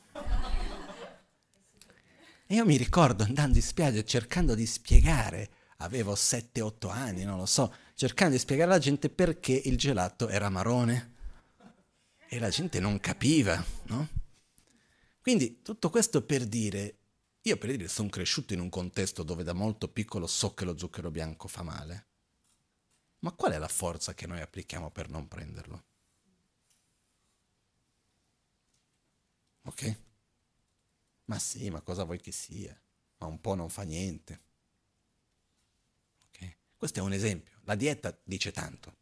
E io mi ricordo andando in spiaggia cercando di spiegare, avevo 7-8 anni, non lo so, cercando di spiegare alla gente perché il gelato era marrone. E la gente non capiva, no? Quindi tutto questo per dire... Io per dire sono cresciuto in un contesto dove da molto piccolo so che lo zucchero bianco fa male. Ma qual è la forza che noi applichiamo per non prenderlo? Ok? Ma sì, ma cosa vuoi che sia? Ma un po' non fa niente. Ok? Questo è un esempio. La dieta dice tanto.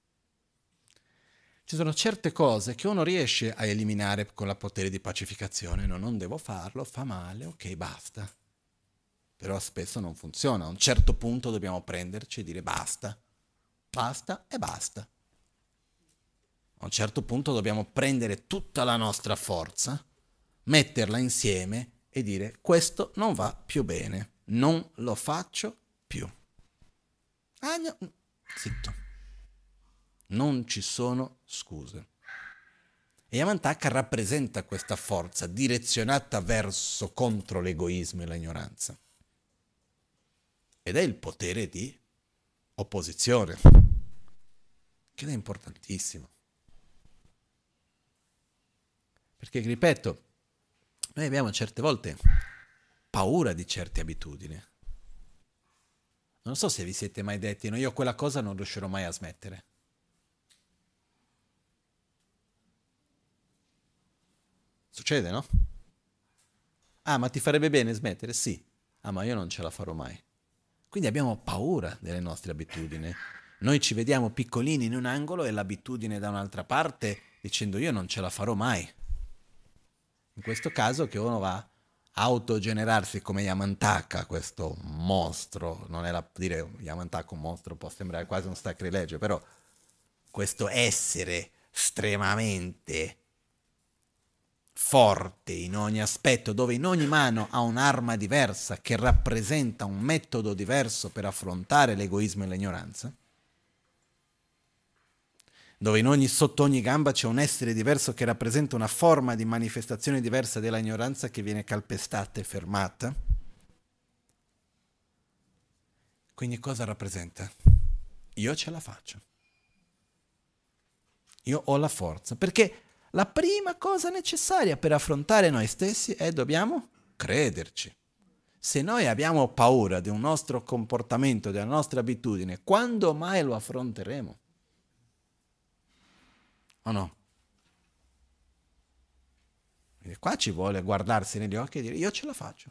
Ci sono certe cose che uno riesce a eliminare con la potere di pacificazione. No, non devo farlo, fa male, ok, basta. Però spesso non funziona. A un certo punto dobbiamo prenderci e dire basta. Basta e basta. A un certo punto dobbiamo prendere tutta la nostra forza, metterla insieme e dire questo non va più bene. Non lo faccio più. Ah, no. Zitto. Non ci sono scuse. E Yamantaka rappresenta questa forza direzionata verso contro l'egoismo e l'ignoranza. Ed è il potere di opposizione, che è importantissimo. Perché, ripeto, noi abbiamo certe volte paura di certe abitudini. Non so se vi siete mai detti, no, io quella cosa non riuscirò mai a smettere. Succede, no? Ah, ma ti farebbe bene smettere? Sì. Ah, ma io non ce la farò mai. Quindi abbiamo paura delle nostre abitudini. Noi ci vediamo piccolini in un angolo e l'abitudine da un'altra parte dicendo io non ce la farò mai. In questo caso che uno va a autogenerarsi come Yamantaka, questo mostro, non era dire Yamantaka un mostro, può sembrare quasi un sacrilegio, però questo essere estremamente forte in ogni aspetto, dove in ogni mano ha un'arma diversa che rappresenta un metodo diverso per affrontare l'egoismo e l'ignoranza, dove sotto ogni gamba c'è un essere diverso che rappresenta una forma di manifestazione diversa della ignoranza che viene calpestata e fermata. Quindi cosa rappresenta? Io ce la faccio. Io ho la forza, perché la prima cosa necessaria per affrontare noi stessi è dobbiamo crederci. Se noi abbiamo paura di un nostro comportamento, della nostra abitudine, quando mai lo affronteremo? O no? Quindi qua ci vuole guardarsi negli occhi e dire io ce la faccio.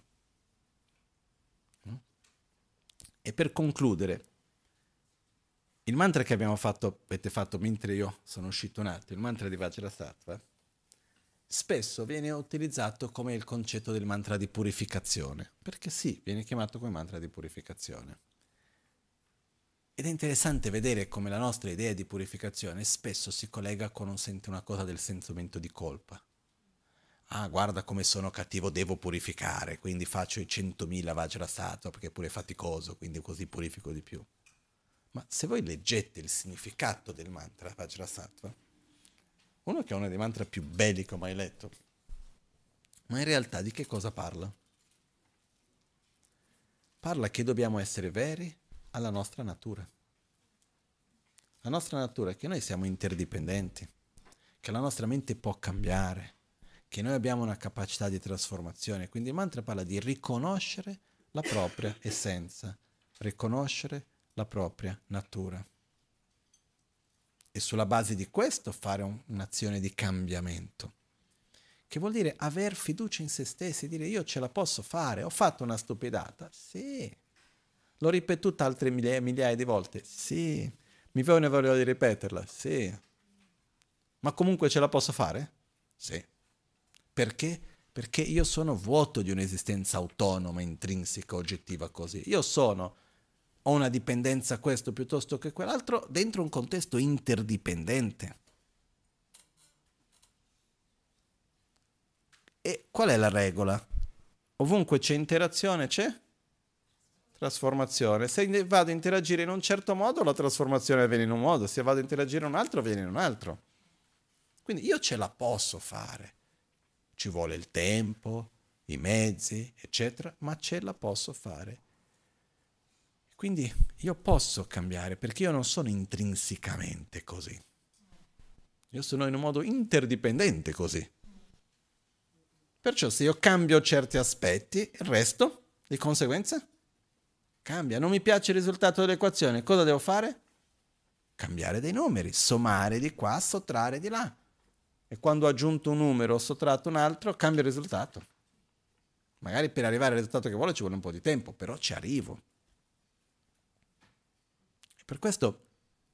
E per concludere, il mantra che avete fatto mentre io sono uscito un attimo, il mantra di Vajrasattva, spesso viene utilizzato come il concetto del mantra di purificazione, perché sì, viene chiamato come mantra di purificazione. Ed è interessante vedere come la nostra idea di purificazione spesso si collega con una cosa del sentimento di colpa. Ah, guarda come sono cattivo, devo purificare, quindi faccio i 100.000 Vajrasattva perché è pure faticoso, quindi così purifico di più. Ma se voi leggete il significato del mantra Vajrasattva, uno che è uno dei mantra più belli che ho mai letto, ma in realtà di che cosa parla? Parla che dobbiamo essere veri alla nostra natura. La nostra natura è che noi siamo interdipendenti, che la nostra mente può cambiare, che noi abbiamo una capacità di trasformazione. Quindi il mantra parla di riconoscere la propria essenza, riconoscere la propria natura. E sulla base di questo fare un'azione di cambiamento, che vuol dire aver fiducia in se stessi, dire io ce la posso fare, ho fatto una stupidata, sì, l'ho ripetuta altre migliaia di volte, sì, mi voglio di ripeterla, sì, ma comunque ce la posso fare? Sì. Perché? Perché io sono vuoto di un'esistenza autonoma, intrinseca, oggettiva così. Ho una dipendenza questo piuttosto che quell'altro dentro un contesto interdipendente. E qual è la regola? Ovunque c'è interazione c'è trasformazione. Se vado a interagire in un certo modo, la trasformazione avviene in un modo, se vado a interagire in un altro, avviene in un altro. Quindi io ce la posso fare. Ci vuole il tempo, i mezzi, eccetera, ma ce la posso fare. Quindi io posso cambiare perché io non sono intrinsecamente così. Io sono in un modo interdipendente così. Perciò se io cambio certi aspetti, il resto, di conseguenza, cambia. Non mi piace il risultato dell'equazione, cosa devo fare? Cambiare dei numeri, sommare di qua, sottrarre di là. E quando ho aggiunto un numero o sottratto un altro, cambia il risultato. Magari per arrivare al risultato che vuole ci vuole un po' di tempo, però ci arrivo. E per questo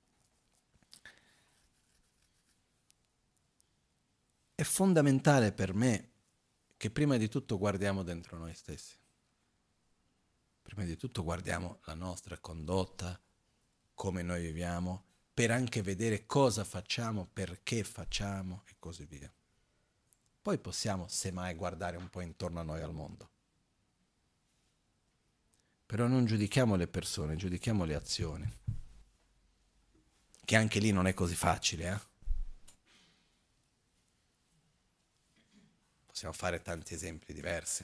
è fondamentale per me che prima di tutto guardiamo dentro noi stessi. Prima di tutto guardiamo la nostra condotta, come noi viviamo, per anche vedere cosa facciamo, perché facciamo e così via. Poi possiamo, semmai, guardare un po' intorno a noi al mondo. Però non giudichiamo le persone, giudichiamo le azioni. Che anche lì non è così facile, eh? Possiamo fare tanti esempi diversi.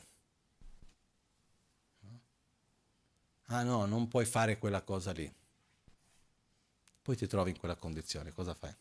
Ah no, non puoi fare quella cosa lì. Poi ti trovi in quella condizione, cosa fai?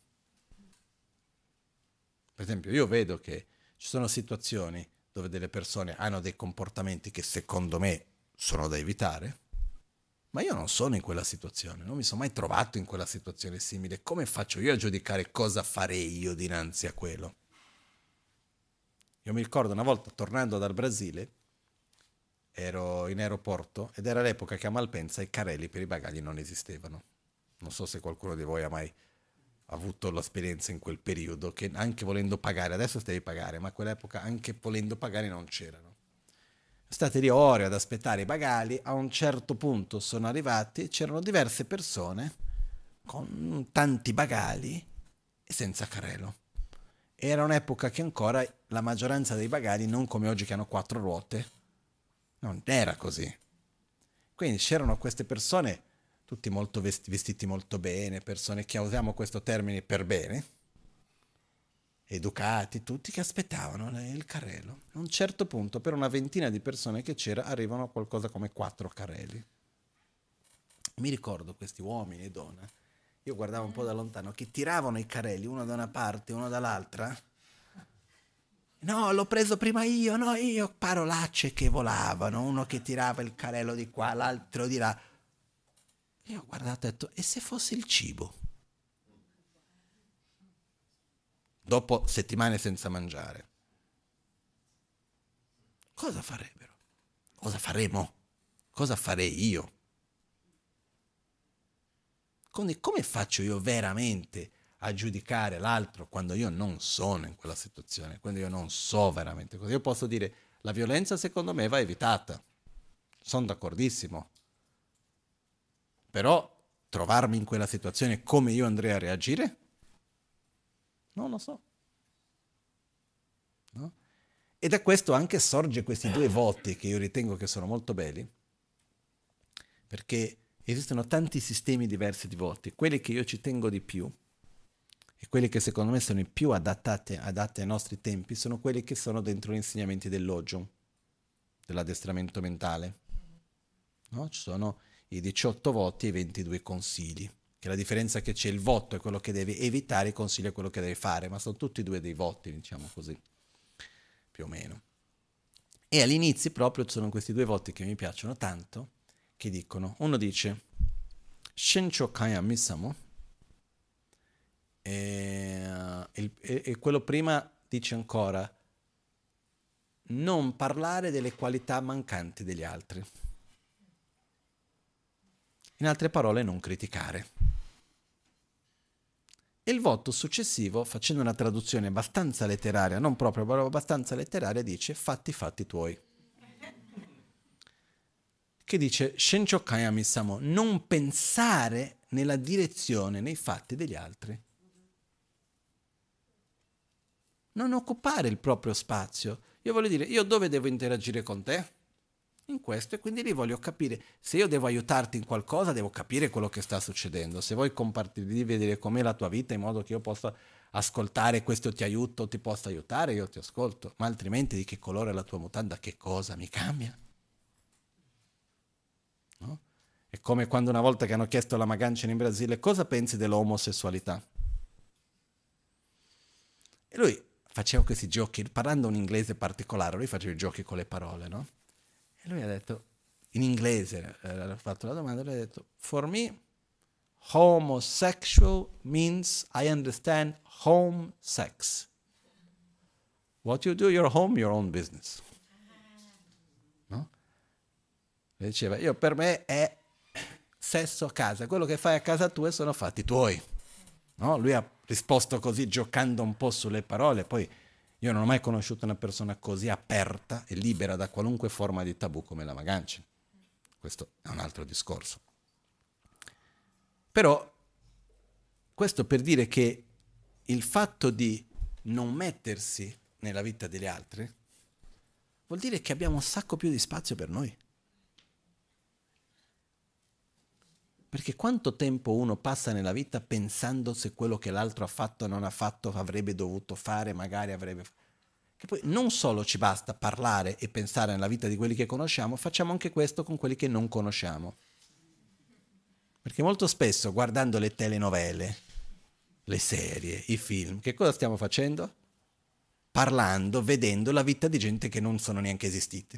Per esempio, io vedo che ci sono situazioni dove delle persone hanno dei comportamenti che secondo me sono da evitare, ma io non sono in quella situazione, non mi sono mai trovato in quella situazione simile. Come faccio io a giudicare cosa farei io dinanzi a quello? Io mi ricordo una volta tornando dal Brasile, ero in aeroporto ed era l'epoca che a Malpensa i carrelli per i bagagli non esistevano. Non so se qualcuno di voi ha mai avuto l'esperienza in quel periodo, che anche volendo pagare, adesso devi pagare, ma a quell'epoca anche volendo pagare non c'erano. State lì ore ad aspettare i bagagli, a un certo punto sono arrivati, c'erano diverse persone con tanti bagagli e senza carrello. era un'epoca che ancora la maggioranza dei bagagli, non come oggi che hanno 4 ruote, non era così. Quindi c'erano queste persone, tutti molto vestiti molto bene, persone che usiamo questo termine per bene, educati, tutti che aspettavano il carrello. A un certo punto, per una ventina di persone che c'era, arrivano a qualcosa come 4 carrelli. Mi ricordo questi uomini e donne, io guardavo un po' da lontano, che tiravano i carrelli, uno da una parte, uno dall'altra. No, l'ho preso prima io, no io, parolacce che volavano, uno che tirava il carrello di qua, l'altro di là. Io ho guardato e ho detto, e se fosse il cibo? Dopo settimane senza mangiare. Cosa farebbero? Cosa faremo? Cosa farei io? Quindi come faccio io veramente a giudicare l'altro quando io non sono in quella situazione, quando io non so veramente cosa? Io posso dire, la violenza secondo me va evitata, sono d'accordissimo, però trovarmi in quella situazione come io andrei a reagire? Non lo so. No? E da questo anche sorge questi 2 voti che io ritengo che sono molto belli, perché esistono tanti sistemi diversi di voti, quelli che io ci tengo di più e quelli che secondo me sono i più adatti ai nostri tempi sono quelli che sono dentro gli insegnamenti dell'Ojong, dell'addestramento mentale. No? Ci sono i 18 voti e i 22 consigli, che la differenza è che c'è il voto è quello che deve evitare, il consiglio è quello che deve fare, ma sono tutti e 2 dei voti, diciamo così, più o meno. E all'inizio proprio ci sono questi 2 voti che mi piacciono tanto, che dicono, uno dice Shencho Kaya Misamo e quello prima dice ancora non parlare delle qualità mancanti degli altri. In altre parole, non criticare. E il voto successivo, facendo una traduzione abbastanza letteraria, non proprio, ma abbastanza letteraria, dice fatti i fatti tuoi. Che dice Shencho Kaya Misamo, non pensare nella direzione, nei fatti degli altri. Non occupare il proprio spazio. Io voglio dire, io dove devo interagire con te? In questo, e quindi lì voglio capire, se io devo aiutarti in qualcosa, devo capire quello che sta succedendo. Se vuoi condividere con me la tua vita in modo che io possa ascoltare questo ti aiuto, ti posso aiutare, io ti ascolto, ma altrimenti di che colore è la tua mutanda, che cosa mi cambia? No? È come quando una volta che hanno chiesto alla Magancia in Brasile cosa pensi dell'omosessualità? E lui faceva questi giochi, parlando un inglese particolare, lui faceva i giochi con le parole, no? E lui ha detto, in inglese, ha fatto la domanda, lui ha detto, for me, homosexual means I understand home sex. What you do your home, your own business. No? E diceva, io per me è sesso a casa, quello che fai a casa tua sono fatti tuoi. No? Lui ha risposto così, giocando un po' sulle parole, poi io non ho mai conosciuto una persona così aperta e libera da qualunque forma di tabù come la Magancia. Questo è un altro discorso. Però questo per dire che il fatto di non mettersi nella vita degli altri vuol dire che abbiamo un sacco più di spazio per noi. Perché quanto tempo uno passa nella vita pensando se quello che l'altro ha fatto, non ha fatto, avrebbe dovuto fare, magari avrebbe fatto. Che poi non solo ci basta parlare e pensare nella vita di quelli che conosciamo, facciamo anche questo con quelli che non conosciamo. Perché molto spesso guardando le telenovele, le serie, i film, che cosa stiamo facendo? Parlando, vedendo la vita di gente che non sono neanche esistiti.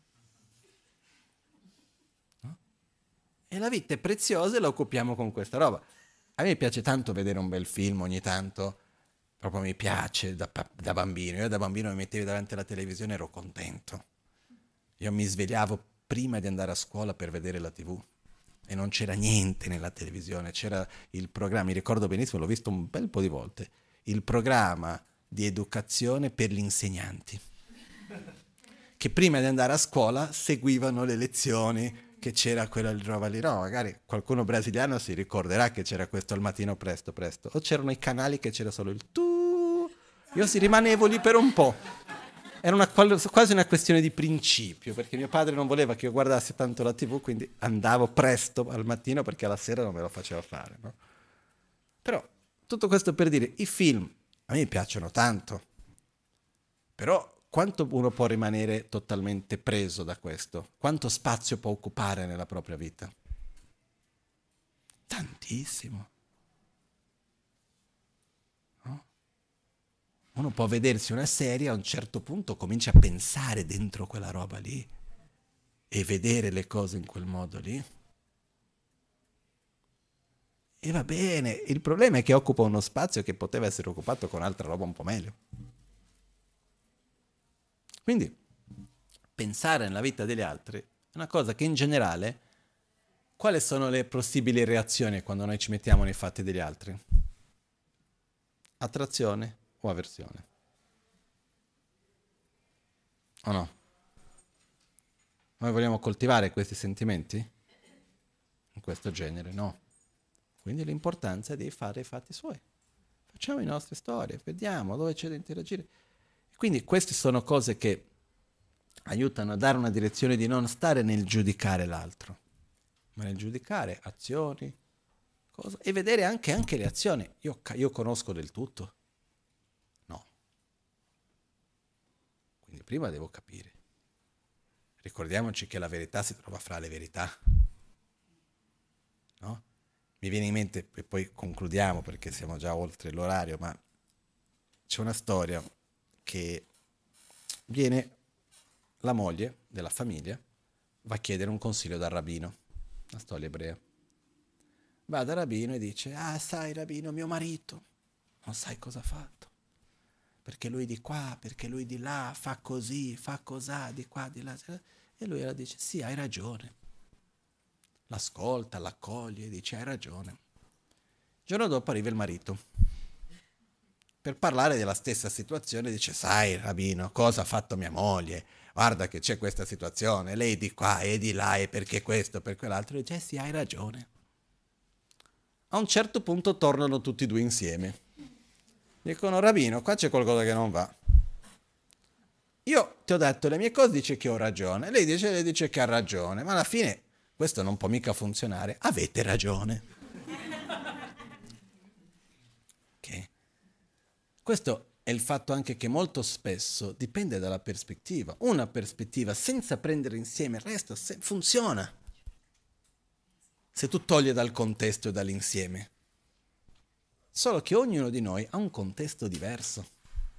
No? E la vita è preziosa e la occupiamo con questa roba. A me piace tanto vedere un bel film ogni tanto, proprio mi piace da bambino. Io da bambino mi mettevo davanti alla televisione e ero contento. Io mi svegliavo prima di andare a scuola per vedere la TV e non c'era niente nella televisione, c'era il programma, mi ricordo benissimo, l'ho visto un bel po' di volte, il programma di educazione per gli insegnanti, che prima di andare a scuola seguivano le lezioni, che c'era quella roba lì, no, magari qualcuno brasiliano si ricorderà che c'era questo al mattino presto, o c'erano i canali che c'era solo il tu, Io si rimanevo lì per un po'. Era quasi una questione di principio, perché mio padre non voleva che io guardassi tanto la TV, quindi andavo presto al mattino perché alla sera non me lo faceva fare, no? Però tutto questo per dire, i film a me piacciono tanto, però quanto uno può rimanere totalmente preso da questo? Quanto spazio può occupare nella propria vita? Tantissimo. No? Uno può vedersi una serie, a un certo punto comincia a pensare dentro quella roba lì e vedere le cose in quel modo lì. E va bene, il problema è che occupa uno spazio che poteva essere occupato con altra roba un po' meglio. Quindi pensare nella vita degli altri è una cosa che in generale, quali sono le possibili reazioni quando noi ci mettiamo nei fatti degli altri? Attrazione o avversione? O no? Noi vogliamo coltivare questi sentimenti? In questo genere? No. Quindi l'importanza è di fare i fatti suoi. Facciamo le nostre storie, vediamo dove c'è da interagire. Quindi queste sono cose che aiutano a dare una direzione di non stare nel giudicare l'altro, ma nel giudicare azioni, cose, e vedere anche le azioni. Io conosco del tutto? No. Quindi prima devo capire. Ricordiamoci che la verità si trova fra le verità. No? Mi viene in mente, e poi concludiamo perché siamo già oltre l'orario, ma c'è una storia che viene la moglie della famiglia, va a chiedere un consiglio dal rabbino, una storia ebrea. Va dal rabbino e dice, sai rabbino, mio marito, non sai cosa ha fatto, perché lui di qua, perché lui di là, fa così, fa cosà, di qua, di là. E lui la dice, sì, hai ragione. L'ascolta, l'accoglie e dice, hai ragione. Il giorno dopo arriva il marito. Per parlare della stessa situazione dice, sai rabbino, cosa ha fatto mia moglie? Guarda che c'è questa situazione, lei di qua e di là, e perché questo, per quell'altro. E dice, sì, hai ragione. A un certo punto tornano tutti e due insieme. Dicono, rabbino, qua c'è qualcosa che non va. Io ti ho detto le mie cose, dice che ho ragione. Lei dice che ha ragione, ma alla fine questo non può mica funzionare. Avete ragione. Ok? Questo è il fatto anche che molto spesso dipende dalla prospettiva. Una prospettiva senza prendere insieme il resto funziona. Se tu togli dal contesto e dall'insieme. Solo che ognuno di noi ha un contesto diverso.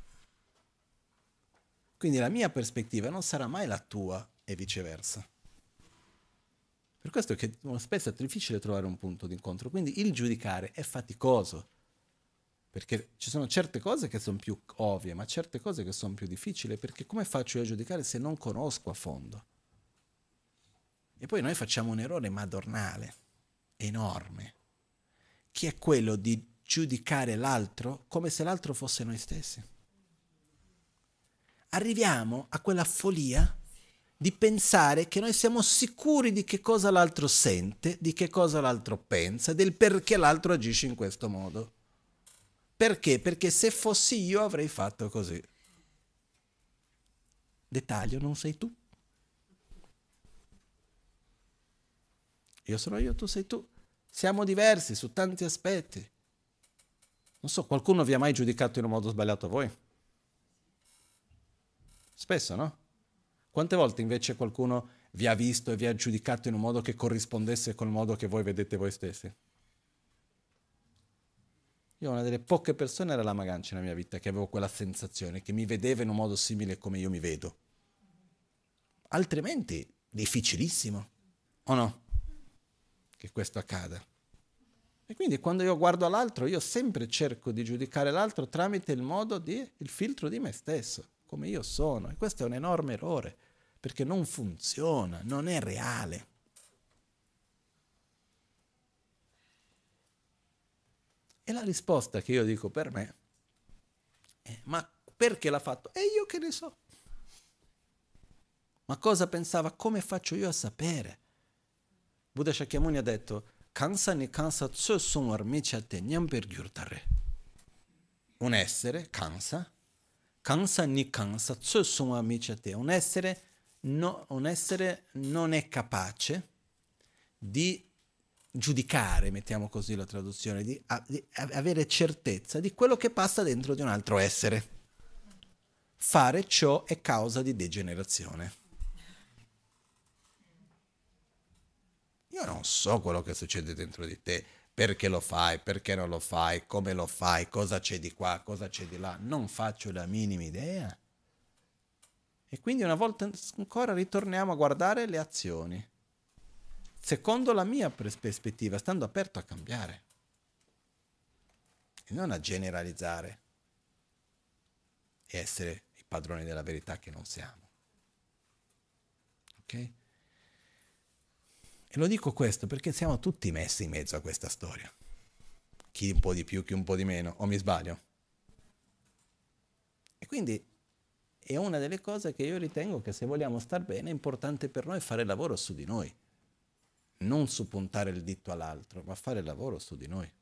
Quindi la mia prospettiva non sarà mai la tua e viceversa. Per questo è che spesso è difficile trovare un punto di incontro. Quindi il giudicare è faticoso. Perché ci sono certe cose che sono più ovvie, ma certe cose che sono più difficili, perché come faccio io a giudicare se non conosco a fondo? E poi noi facciamo un errore madornale, enorme, che è quello di giudicare l'altro come se l'altro fosse noi stessi. Arriviamo a quella follia di pensare che noi siamo sicuri di che cosa l'altro sente, di che cosa l'altro pensa, del perché l'altro agisce in questo modo. Perché? Perché se fossi io avrei fatto così. Dettaglio, non sei tu. Io sono io, tu sei tu. Siamo diversi su tanti aspetti. Non so, qualcuno vi ha mai giudicato in un modo sbagliato a voi? Spesso, no? Quante volte invece qualcuno vi ha visto e vi ha giudicato in un modo che corrispondesse col modo che voi vedete voi stessi? Io una delle poche persone era la Magancia nella mia vita che avevo quella sensazione, che mi vedeva in un modo simile come io mi vedo. Altrimenti, difficilissimo, o no? Che questo accada. E quindi quando io guardo all'altro, io sempre cerco di giudicare l'altro tramite il filtro di me stesso, come io sono. E questo è un enorme errore, perché non funziona, non è reale. E la risposta che io dico per me è, ma perché l'ha fatto? E io che ne so. Ma cosa pensava? Come faccio io a sapere? Buddha Shakyamuni ha detto, Kansa ni kansa tsu sumar michate nyam per gyurtare. Un essere, Kansa, Kansa ni kansa, tsusuma amici a te. Un essere non è capace di giudicare, mettiamo così la traduzione, di avere certezza di quello che passa dentro di un altro essere. Fare ciò è causa di degenerazione. Io non so quello che succede dentro di te, perché lo fai, perché non lo fai, come lo fai, cosa c'è di qua, cosa c'è di là, non faccio la minima idea. E quindi una volta ancora ritorniamo a guardare le azioni, secondo la mia prospettiva, stando aperto a cambiare e non a generalizzare e essere i padroni della verità che non siamo. Ok? E lo dico questo perché siamo tutti messi in mezzo a questa storia. Chi un po' di più, chi un po' di meno, o mi sbaglio? E quindi è una delle cose che io ritengo che se vogliamo star bene è importante per noi fare il lavoro su di noi. Non su puntare il dito all'altro, ma fare il lavoro su di noi.